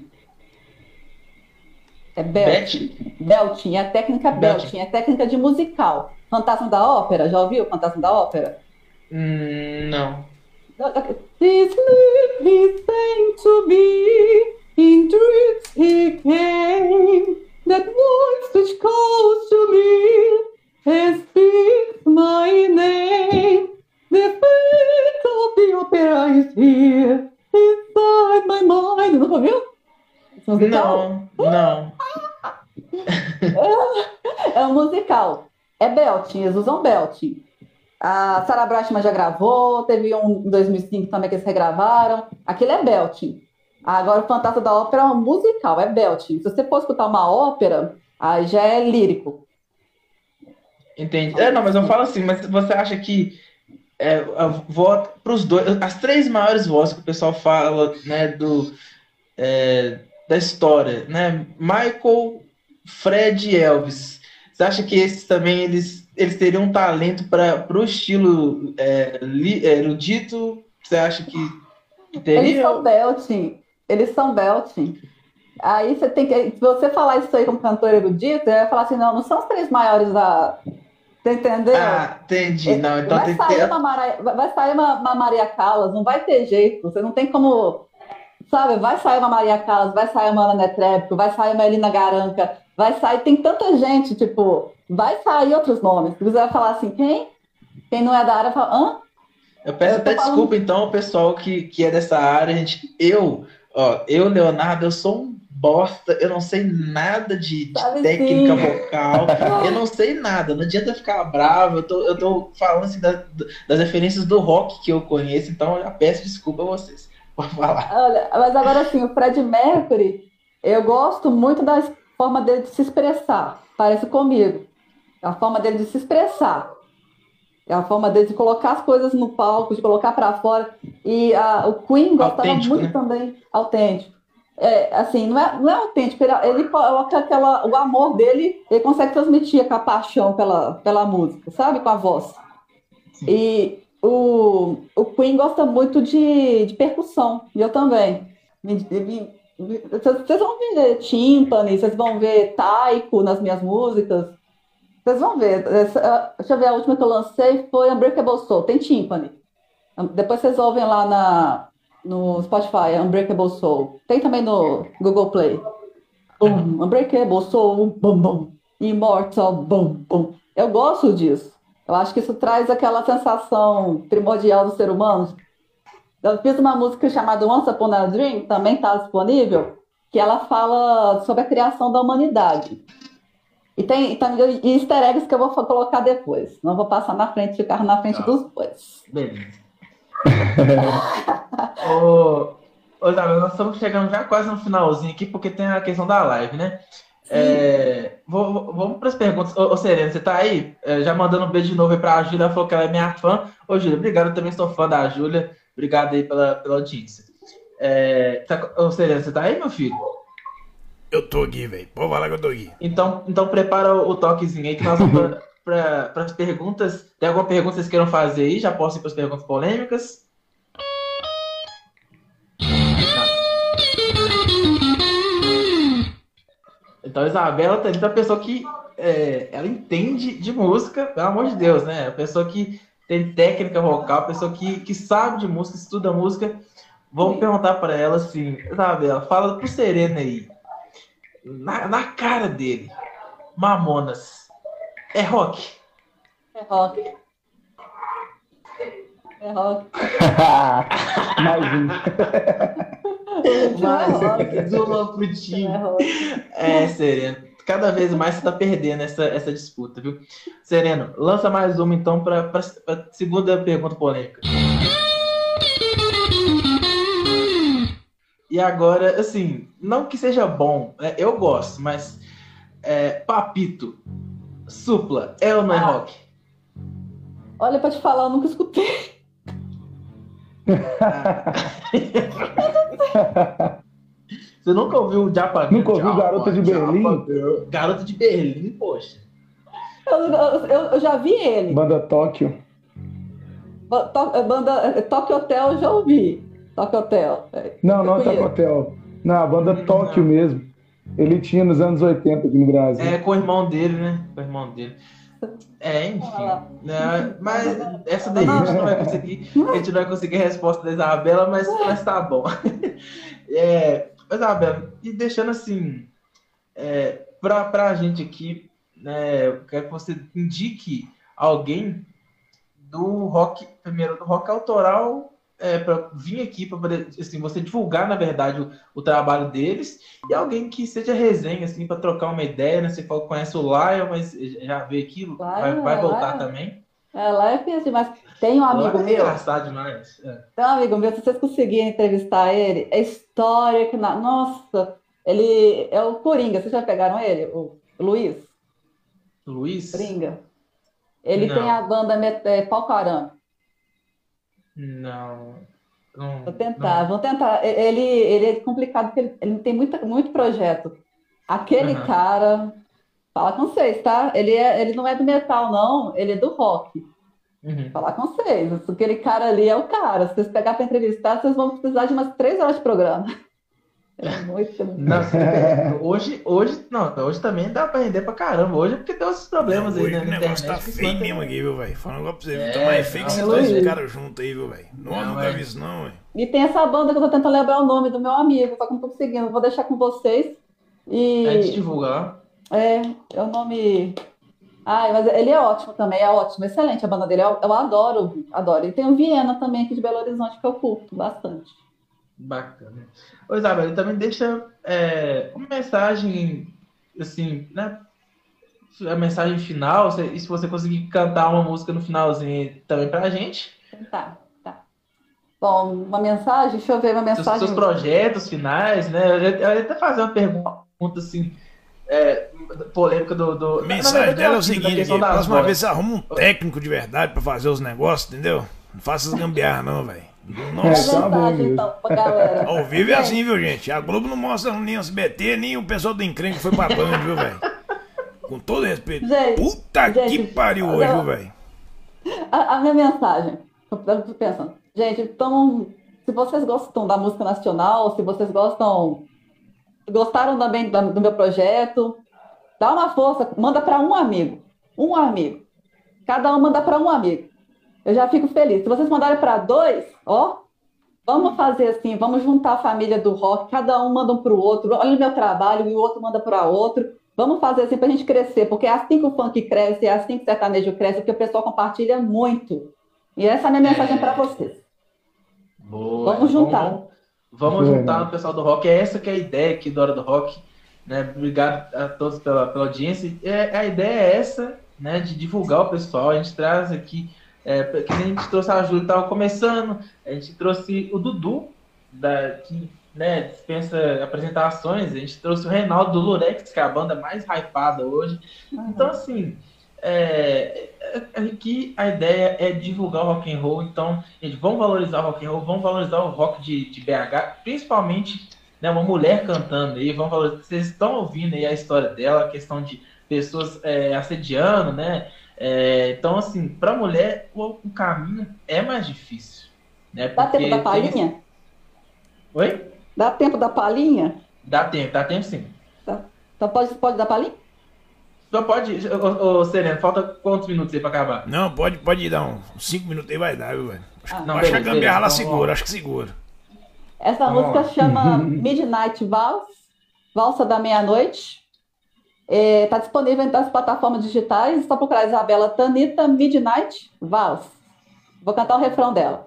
É belting, é a técnica belting, é a técnica de musical. Fantasma da Ópera, já ouviu o Fantasma da Ópera? Não. This life he sang to me, in dreams he came, that voice which calls to me, and speaks my name, the fate of the opera is here, inside my mind. Nunca ouviu? Não. É um musical. É belting, eles usam belting. A Sarah Brightman já gravou, teve um em 2005 também que eles regravaram. Aquele é belting. Agora o Fantasma da Ópera é um musical, é belting. Se você for escutar uma ópera, aí já é lírico. Entendi. Não, mas eu falo assim, mas você acha que para os dois, as três maiores vozes que o pessoal fala, né, da história, né? Michael, Fred e Elvis. Você acha que esses também eles teriam um talento para o estilo erudito? Você acha que teria? Eles são belting. Aí você tem que. Se você falar isso aí como cantor erudito, vai falar assim, não são os três maiores da. Você entendeu? Entendi. Não, então vai sair uma Maria Callas, não vai ter jeito. Você não tem como. Sabe, vai sair uma Maria Callas, vai sair uma Ana Netrebko, vai sair uma Elina Garanca, vai sair, tem tanta gente, tipo, vai sair outros nomes. Você vai falar assim, quem? Quem não é da área, fala, hã? Eu peço até desculpa, então, ao pessoal que é dessa área, gente. Leonardo, eu sou um bosta, eu não sei nada de técnica vocal, eu não sei nada, não adianta ficar bravo, eu tô falando assim das referências do rock que eu conheço, então eu já peço desculpa a vocês. Falar. Olha, mas agora assim, o Fred Mercury, eu gosto muito da forma dele de se expressar, parece comigo. É a forma dele de se expressar. É a forma dele de colocar as coisas no palco, de colocar para fora. E o Queen gostava muito, né? Também. Autêntico. Assim, não é autêntico, ele coloca o amor dele, ele consegue transmitir com a paixão pela música, sabe? Com a voz. Sim. E o Queen gosta muito de percussão, e eu também. Vocês vão ver timpani, vocês vão ver taiko nas minhas músicas. Vocês vão ver. Deixa eu ver, a última que eu lancei foi Unbreakable Soul, tem timpani. Depois vocês ouvem lá no Spotify, Unbreakable Soul. Tem também no Google Play. Unbreakable Soul, bum, bum. Immortal, bum, bum. Eu gosto disso. Eu acho que isso traz aquela sensação primordial do ser humano. Eu fiz uma música chamada Once Upon a Dream, também está disponível, que ela fala sobre a criação da humanidade. E tem easter eggs que eu vou colocar depois. Não vou passar na frente, ficar na frente dos dois. Beleza. Isabel, nós estamos chegando já quase no finalzinho aqui, porque tem a questão da live, né? Vamos para as perguntas. Ô Serena, você tá aí? Já mandando um beijo de novo aí para a Júlia, ela falou que ela é minha fã. Ô Júlia, obrigado, eu também sou fã da Júlia. Obrigado aí pela audiência. Ô Serena, você tá aí, meu filho? Eu tô aqui, velho. Pode falar que eu tô aqui. Então prepara o toquezinho aí que nós vamos para as perguntas. Tem alguma pergunta que vocês queiram fazer aí? Já posso ir para as perguntas polêmicas? Então, a Isabela tá ali pra pessoa que ela entende de música, pelo amor de Deus, né? A pessoa que tem técnica vocal, a pessoa que sabe de música, estuda música. Vou perguntar para ela assim, Isabela, fala pro Serena aí, na cara dele, Mamonas, é rock? É rock. É rock. Mais um. Mais uma frutinha. Sereno. Cada vez mais você tá perdendo essa disputa, viu? Sereno, lança mais uma então para segunda pergunta polêmica. E agora, assim, não que seja bom, né? Eu gosto, mas Papito, Supla, é ou não é rock? Olha, pra te falar, eu nunca escutei. Você nunca ouviu o Japa? Nunca ouviu Garota de Berlim? Garota de Berlim, poxa. Eu já vi ele. Banda Tóquio. Banda Tokyo Hotel eu já ouvi. Tokyo Hotel. Não, não é Tokyo Hotel. Não, a banda Tóquio mesmo. Ele tinha nos anos 80 aqui no Brasil. É, com o irmão dele, né? Com o irmão dele. Enfim. Mas essa daí a gente não vai conseguir. A gente não vai conseguir a resposta da Isabela, mas tá bom. Isabela, e deixando assim, pra gente aqui, né, eu quero que você indique alguém do rock, primeiro do rock autoral, para vir aqui para poder, assim, você divulgar, na verdade, o trabalho deles, e alguém que seja resenha, assim, para trocar uma ideia, né? Você falou que conhece o Lion, mas já veio aqui, vai voltar também. Lá é assim, mas tem um amigo meu. É engraçado demais. Tem um amigo meu, se vocês conseguirem entrevistar ele, é história que. Nossa, ele é o Coringa, vocês já pegaram ele? O Luiz? Luiz? Coringa. Ele Não. tem a banda Pau Caramba. Não. Vou tentar. Ele é complicado porque ele tem muito projeto. Aquele cara, fala com vocês, tá? Ele não é do metal, não, ele é do rock. Falar com vocês. Aquele cara ali é o cara. Se vocês pegar para entrevistar, vocês vão precisar de umas 3 horas de programa. É muito. Hoje também dá pra render pra caramba. Hoje é porque tem esses problemas aí, né? O negócio tá feio mesmo aqui, viu, velho? Falando agora pra você, tá mais feio que você dois caras juntos aí, viu, velho? Nunca vi isso, não, velho. E tem essa banda que eu tô tentando lembrar o nome do meu amigo, só que não tô conseguindo. Vou deixar com vocês. E. A gente divulgar. É o nome. Mas ele é ótimo também, é ótimo, excelente a banda dele. Eu adoro. E tem o Viena também aqui de Belo Horizonte, que eu curto bastante. Bacana. Ô, Isabela, também deixa uma mensagem, assim, né? A mensagem final, e se você conseguir cantar uma música no finalzinho também pra gente. Tá. Bom, uma mensagem, deixa eu ver uma mensagem. Seus projetos finais, né? Eu ia até fazer uma pergunta, assim, polêmica do... A mensagem dela é o seguinte, a próxima vez você arruma um técnico de verdade pra fazer os negócios, entendeu? Não faça as gambiarras não, velho. Nossa, então, pra galera. Ao vivo é assim, viu, gente? A Globo não mostra nem o SBT, nem o pessoal do Encrenque foi pra Band, viu, velho? Com todo respeito. Puta que pariu hoje, viu, velho? A minha mensagem, eu tô pensando. Gente, então, se vocês gostam da música nacional, se vocês gostaram também do meu projeto, dá uma força, manda pra um amigo. Cada um manda pra um amigo. Eu já fico feliz. Se vocês mandarem para 2, vamos fazer assim, vamos juntar a família do rock, cada um manda um para o outro, olha o meu trabalho e o outro manda para outro. Vamos fazer assim para a gente crescer, porque é assim que o funk cresce, é assim que o sertanejo cresce, porque o pessoal compartilha muito. E essa é a minha mensagem para vocês. Boa, vamos juntar. Vamos juntar o pessoal do rock. É essa que é a ideia aqui do Hora do Rock. Né? Obrigado a todos pela audiência. A ideia é essa, né? De divulgar o pessoal. A gente traz aqui... que a gente trouxe a Júlia, estava começando, a gente trouxe o Dudu, que dispensa apresentações, a gente trouxe o Reinaldo do Lurex, que é a banda mais hypada hoje. Então, assim, aqui a ideia é divulgar o rock and roll. Então, gente, vamos valorizar o rock and roll, vamos valorizar o rock de BH, principalmente, né, uma mulher cantando aí, vamos valorizar. Vocês estão ouvindo aí a história dela, a questão de pessoas assediando, né? Então, assim, para a mulher, o caminho é mais difícil. Né? Dá tempo da palhinha? Oi? Dá tempo da palhinha? Dá tempo sim. Tá. Então pode dar palhinha? Só pode. Sereno, falta quantos minutos aí para acabar? Não, pode dar uns 5 minutos aí, vai dar, viu, velho? Acho que a gambiarra lá segura, acho que segura. Essa música chama Midnight Valse, Valsa da Meia-Noite. Está disponível nas plataformas digitais. Só procurar Isabela Tanita Midnight Valse. Vou cantar o refrão dela.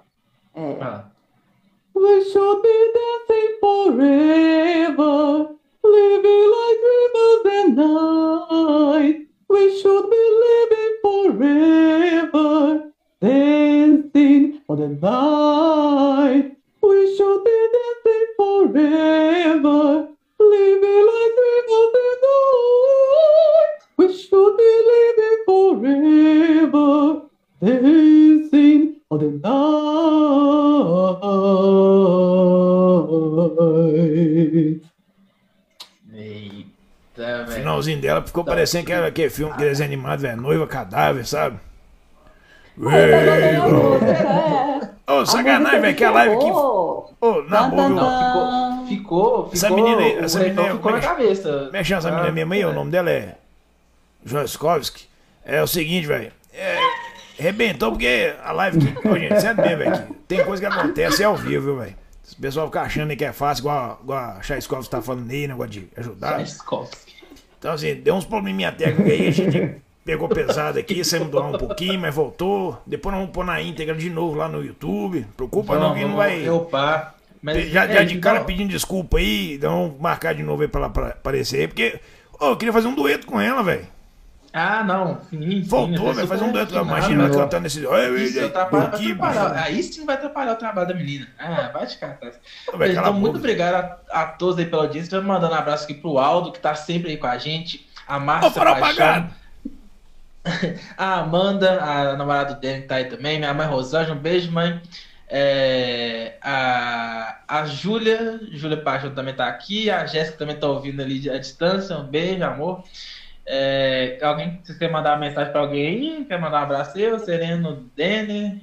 We should be dancing forever, living like rivers and night. We should be living forever, dancing for the night. We should be dancing forever. É, o finalzinho dela ficou parecendo que era aquele filme, que desenho animado, velho. Noiva cadáver, sabe? Ô, sacanagem, velho, que a live aqui. Ô, na boa, não, ficou. Essa menina aí, essa menina ficou na cabeça. Mexe essa menina mesmo aí, o nome dela é Joskowski. É o seguinte, velho. Arrebentou porque a live aqui, ô, gente, sério mesmo, velho. Tem coisa que acontece ao vivo, viu, velho. O pessoal fica achando aí que é fácil, igual a Chaikovski tá falando aí, negócio de ajudar. Chaikovski. Então, assim, deu uns probleminha técnica aí, a gente pegou pesado aqui, saímos do ar um pouquinho, mas voltou. Depois nós vamos pôr na íntegra de novo lá no YouTube. Preocupa não, que não vai. Mas já de cara pedindo desculpa aí, vamos marcar de novo aí pra ela aparecer aí, porque eu queria fazer um dueto com ela, velho. Ah, não. Voltou, vai fazer um dueto. Imagina ela cantando esse. Aí sim vai atrapalhar o trabalho da menina. Ah, vai te catar. Então, muito obrigado a todos aí pela audiência. Estou mandando um abraço aqui pro Aldo, que tá sempre aí com a gente. A Márcia Paixão. A Amanda, a namorada do Danny, tá aí também. Minha mãe Rosângela, um beijo, mãe. A Júlia Paixão também tá aqui. A Jéssica também tá ouvindo ali à distância. Um beijo, amor. Alguém que quer mandar uma mensagem pra alguém aí? Quer mandar um abraço? Eu, Sereno, Denner.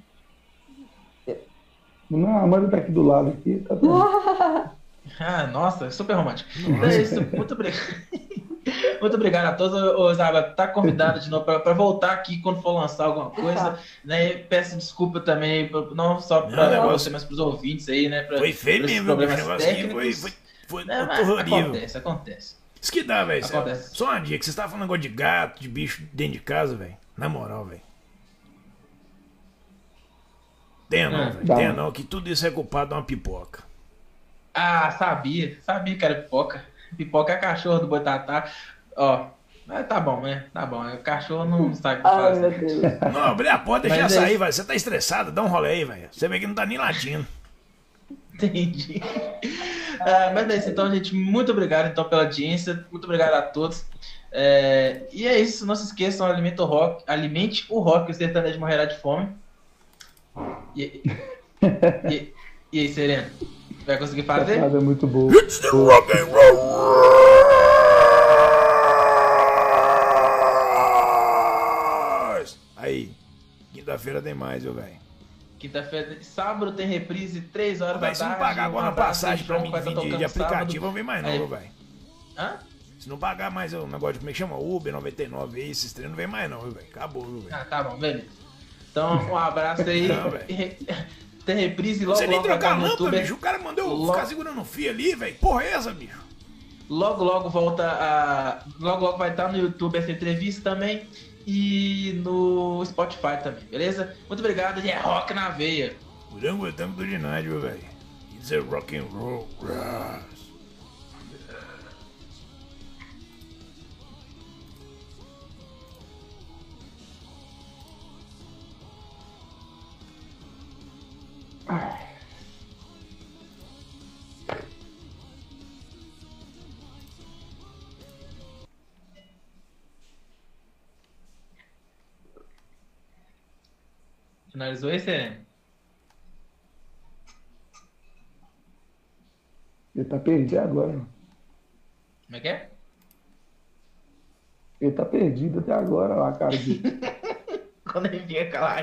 Não, a Amanda tá aqui do lado aqui, tá bom. Ah, nossa, super romântico. Então é isso, muito obrigado. Muito obrigado a todos. O Zaba tá convidado de novo para voltar aqui quando for lançar alguma coisa. Né? Peço desculpa também, não só para você, mas para os ouvintes aí, né? Foi feio mesmo, problemas técnicos. Foi horrível. Acontece. Isso que dá, velho. Só uma dica, que você tava falando negócio de gato, de bicho dentro de casa, velho. Na moral, velho. Tenha não, velho. Tenha não, que tudo isso é culpado de uma pipoca. Ah, sabia que era pipoca. Pipoca é cachorro do Boitatá. Ó, tá bom, né? Tá bom. O cachorro não sabe o que fazer. Não, abri a porta e deixa sair, velho. Você tá estressado, dá um rolê aí, velho. Você vê que não tá nem latindo. Entendi. Mas é isso, então, gente, muito obrigado então pela audiência, muito obrigado a todos. E é isso, não se esqueçam, alimente o rock, o sertanejo morrerá de fome. E aí, Sereno? Vai conseguir fazer? Essa é muito boa. It's the rock and roll. Aí, quinta-feira tem mais, viu, velho? Quinta-feira, sábado tem reprise, 3 horas da tarde. Se não pagar agora na passagem pra mim vir de aplicativo, eu não venho mais não, velho. Hã? Se não pagar mais o negócio de como é que chama? Uber 99 aí, esses treinos não vem mais não, velho. Acabou, velho. Ah, tá bom, beleza. Então, um abraço aí. Não, tem reprise logo. Você nem trocar a no lâmpada, YouTube. bicho. O cara mandou ficar segurando o fio ali, velho. Porra é essa, bicho? Logo volta a. Logo vai estar no YouTube essa entrevista também. E no Spotify também, beleza? Muito obrigado, e é rock na veia. Orangotango do ginásio, velho. It's a rock and roll. Finalizou esse, Ele tá perdido agora. Como é que é? Ele tá perdido até agora, ó, a cara dele. Quando ele vinha aquela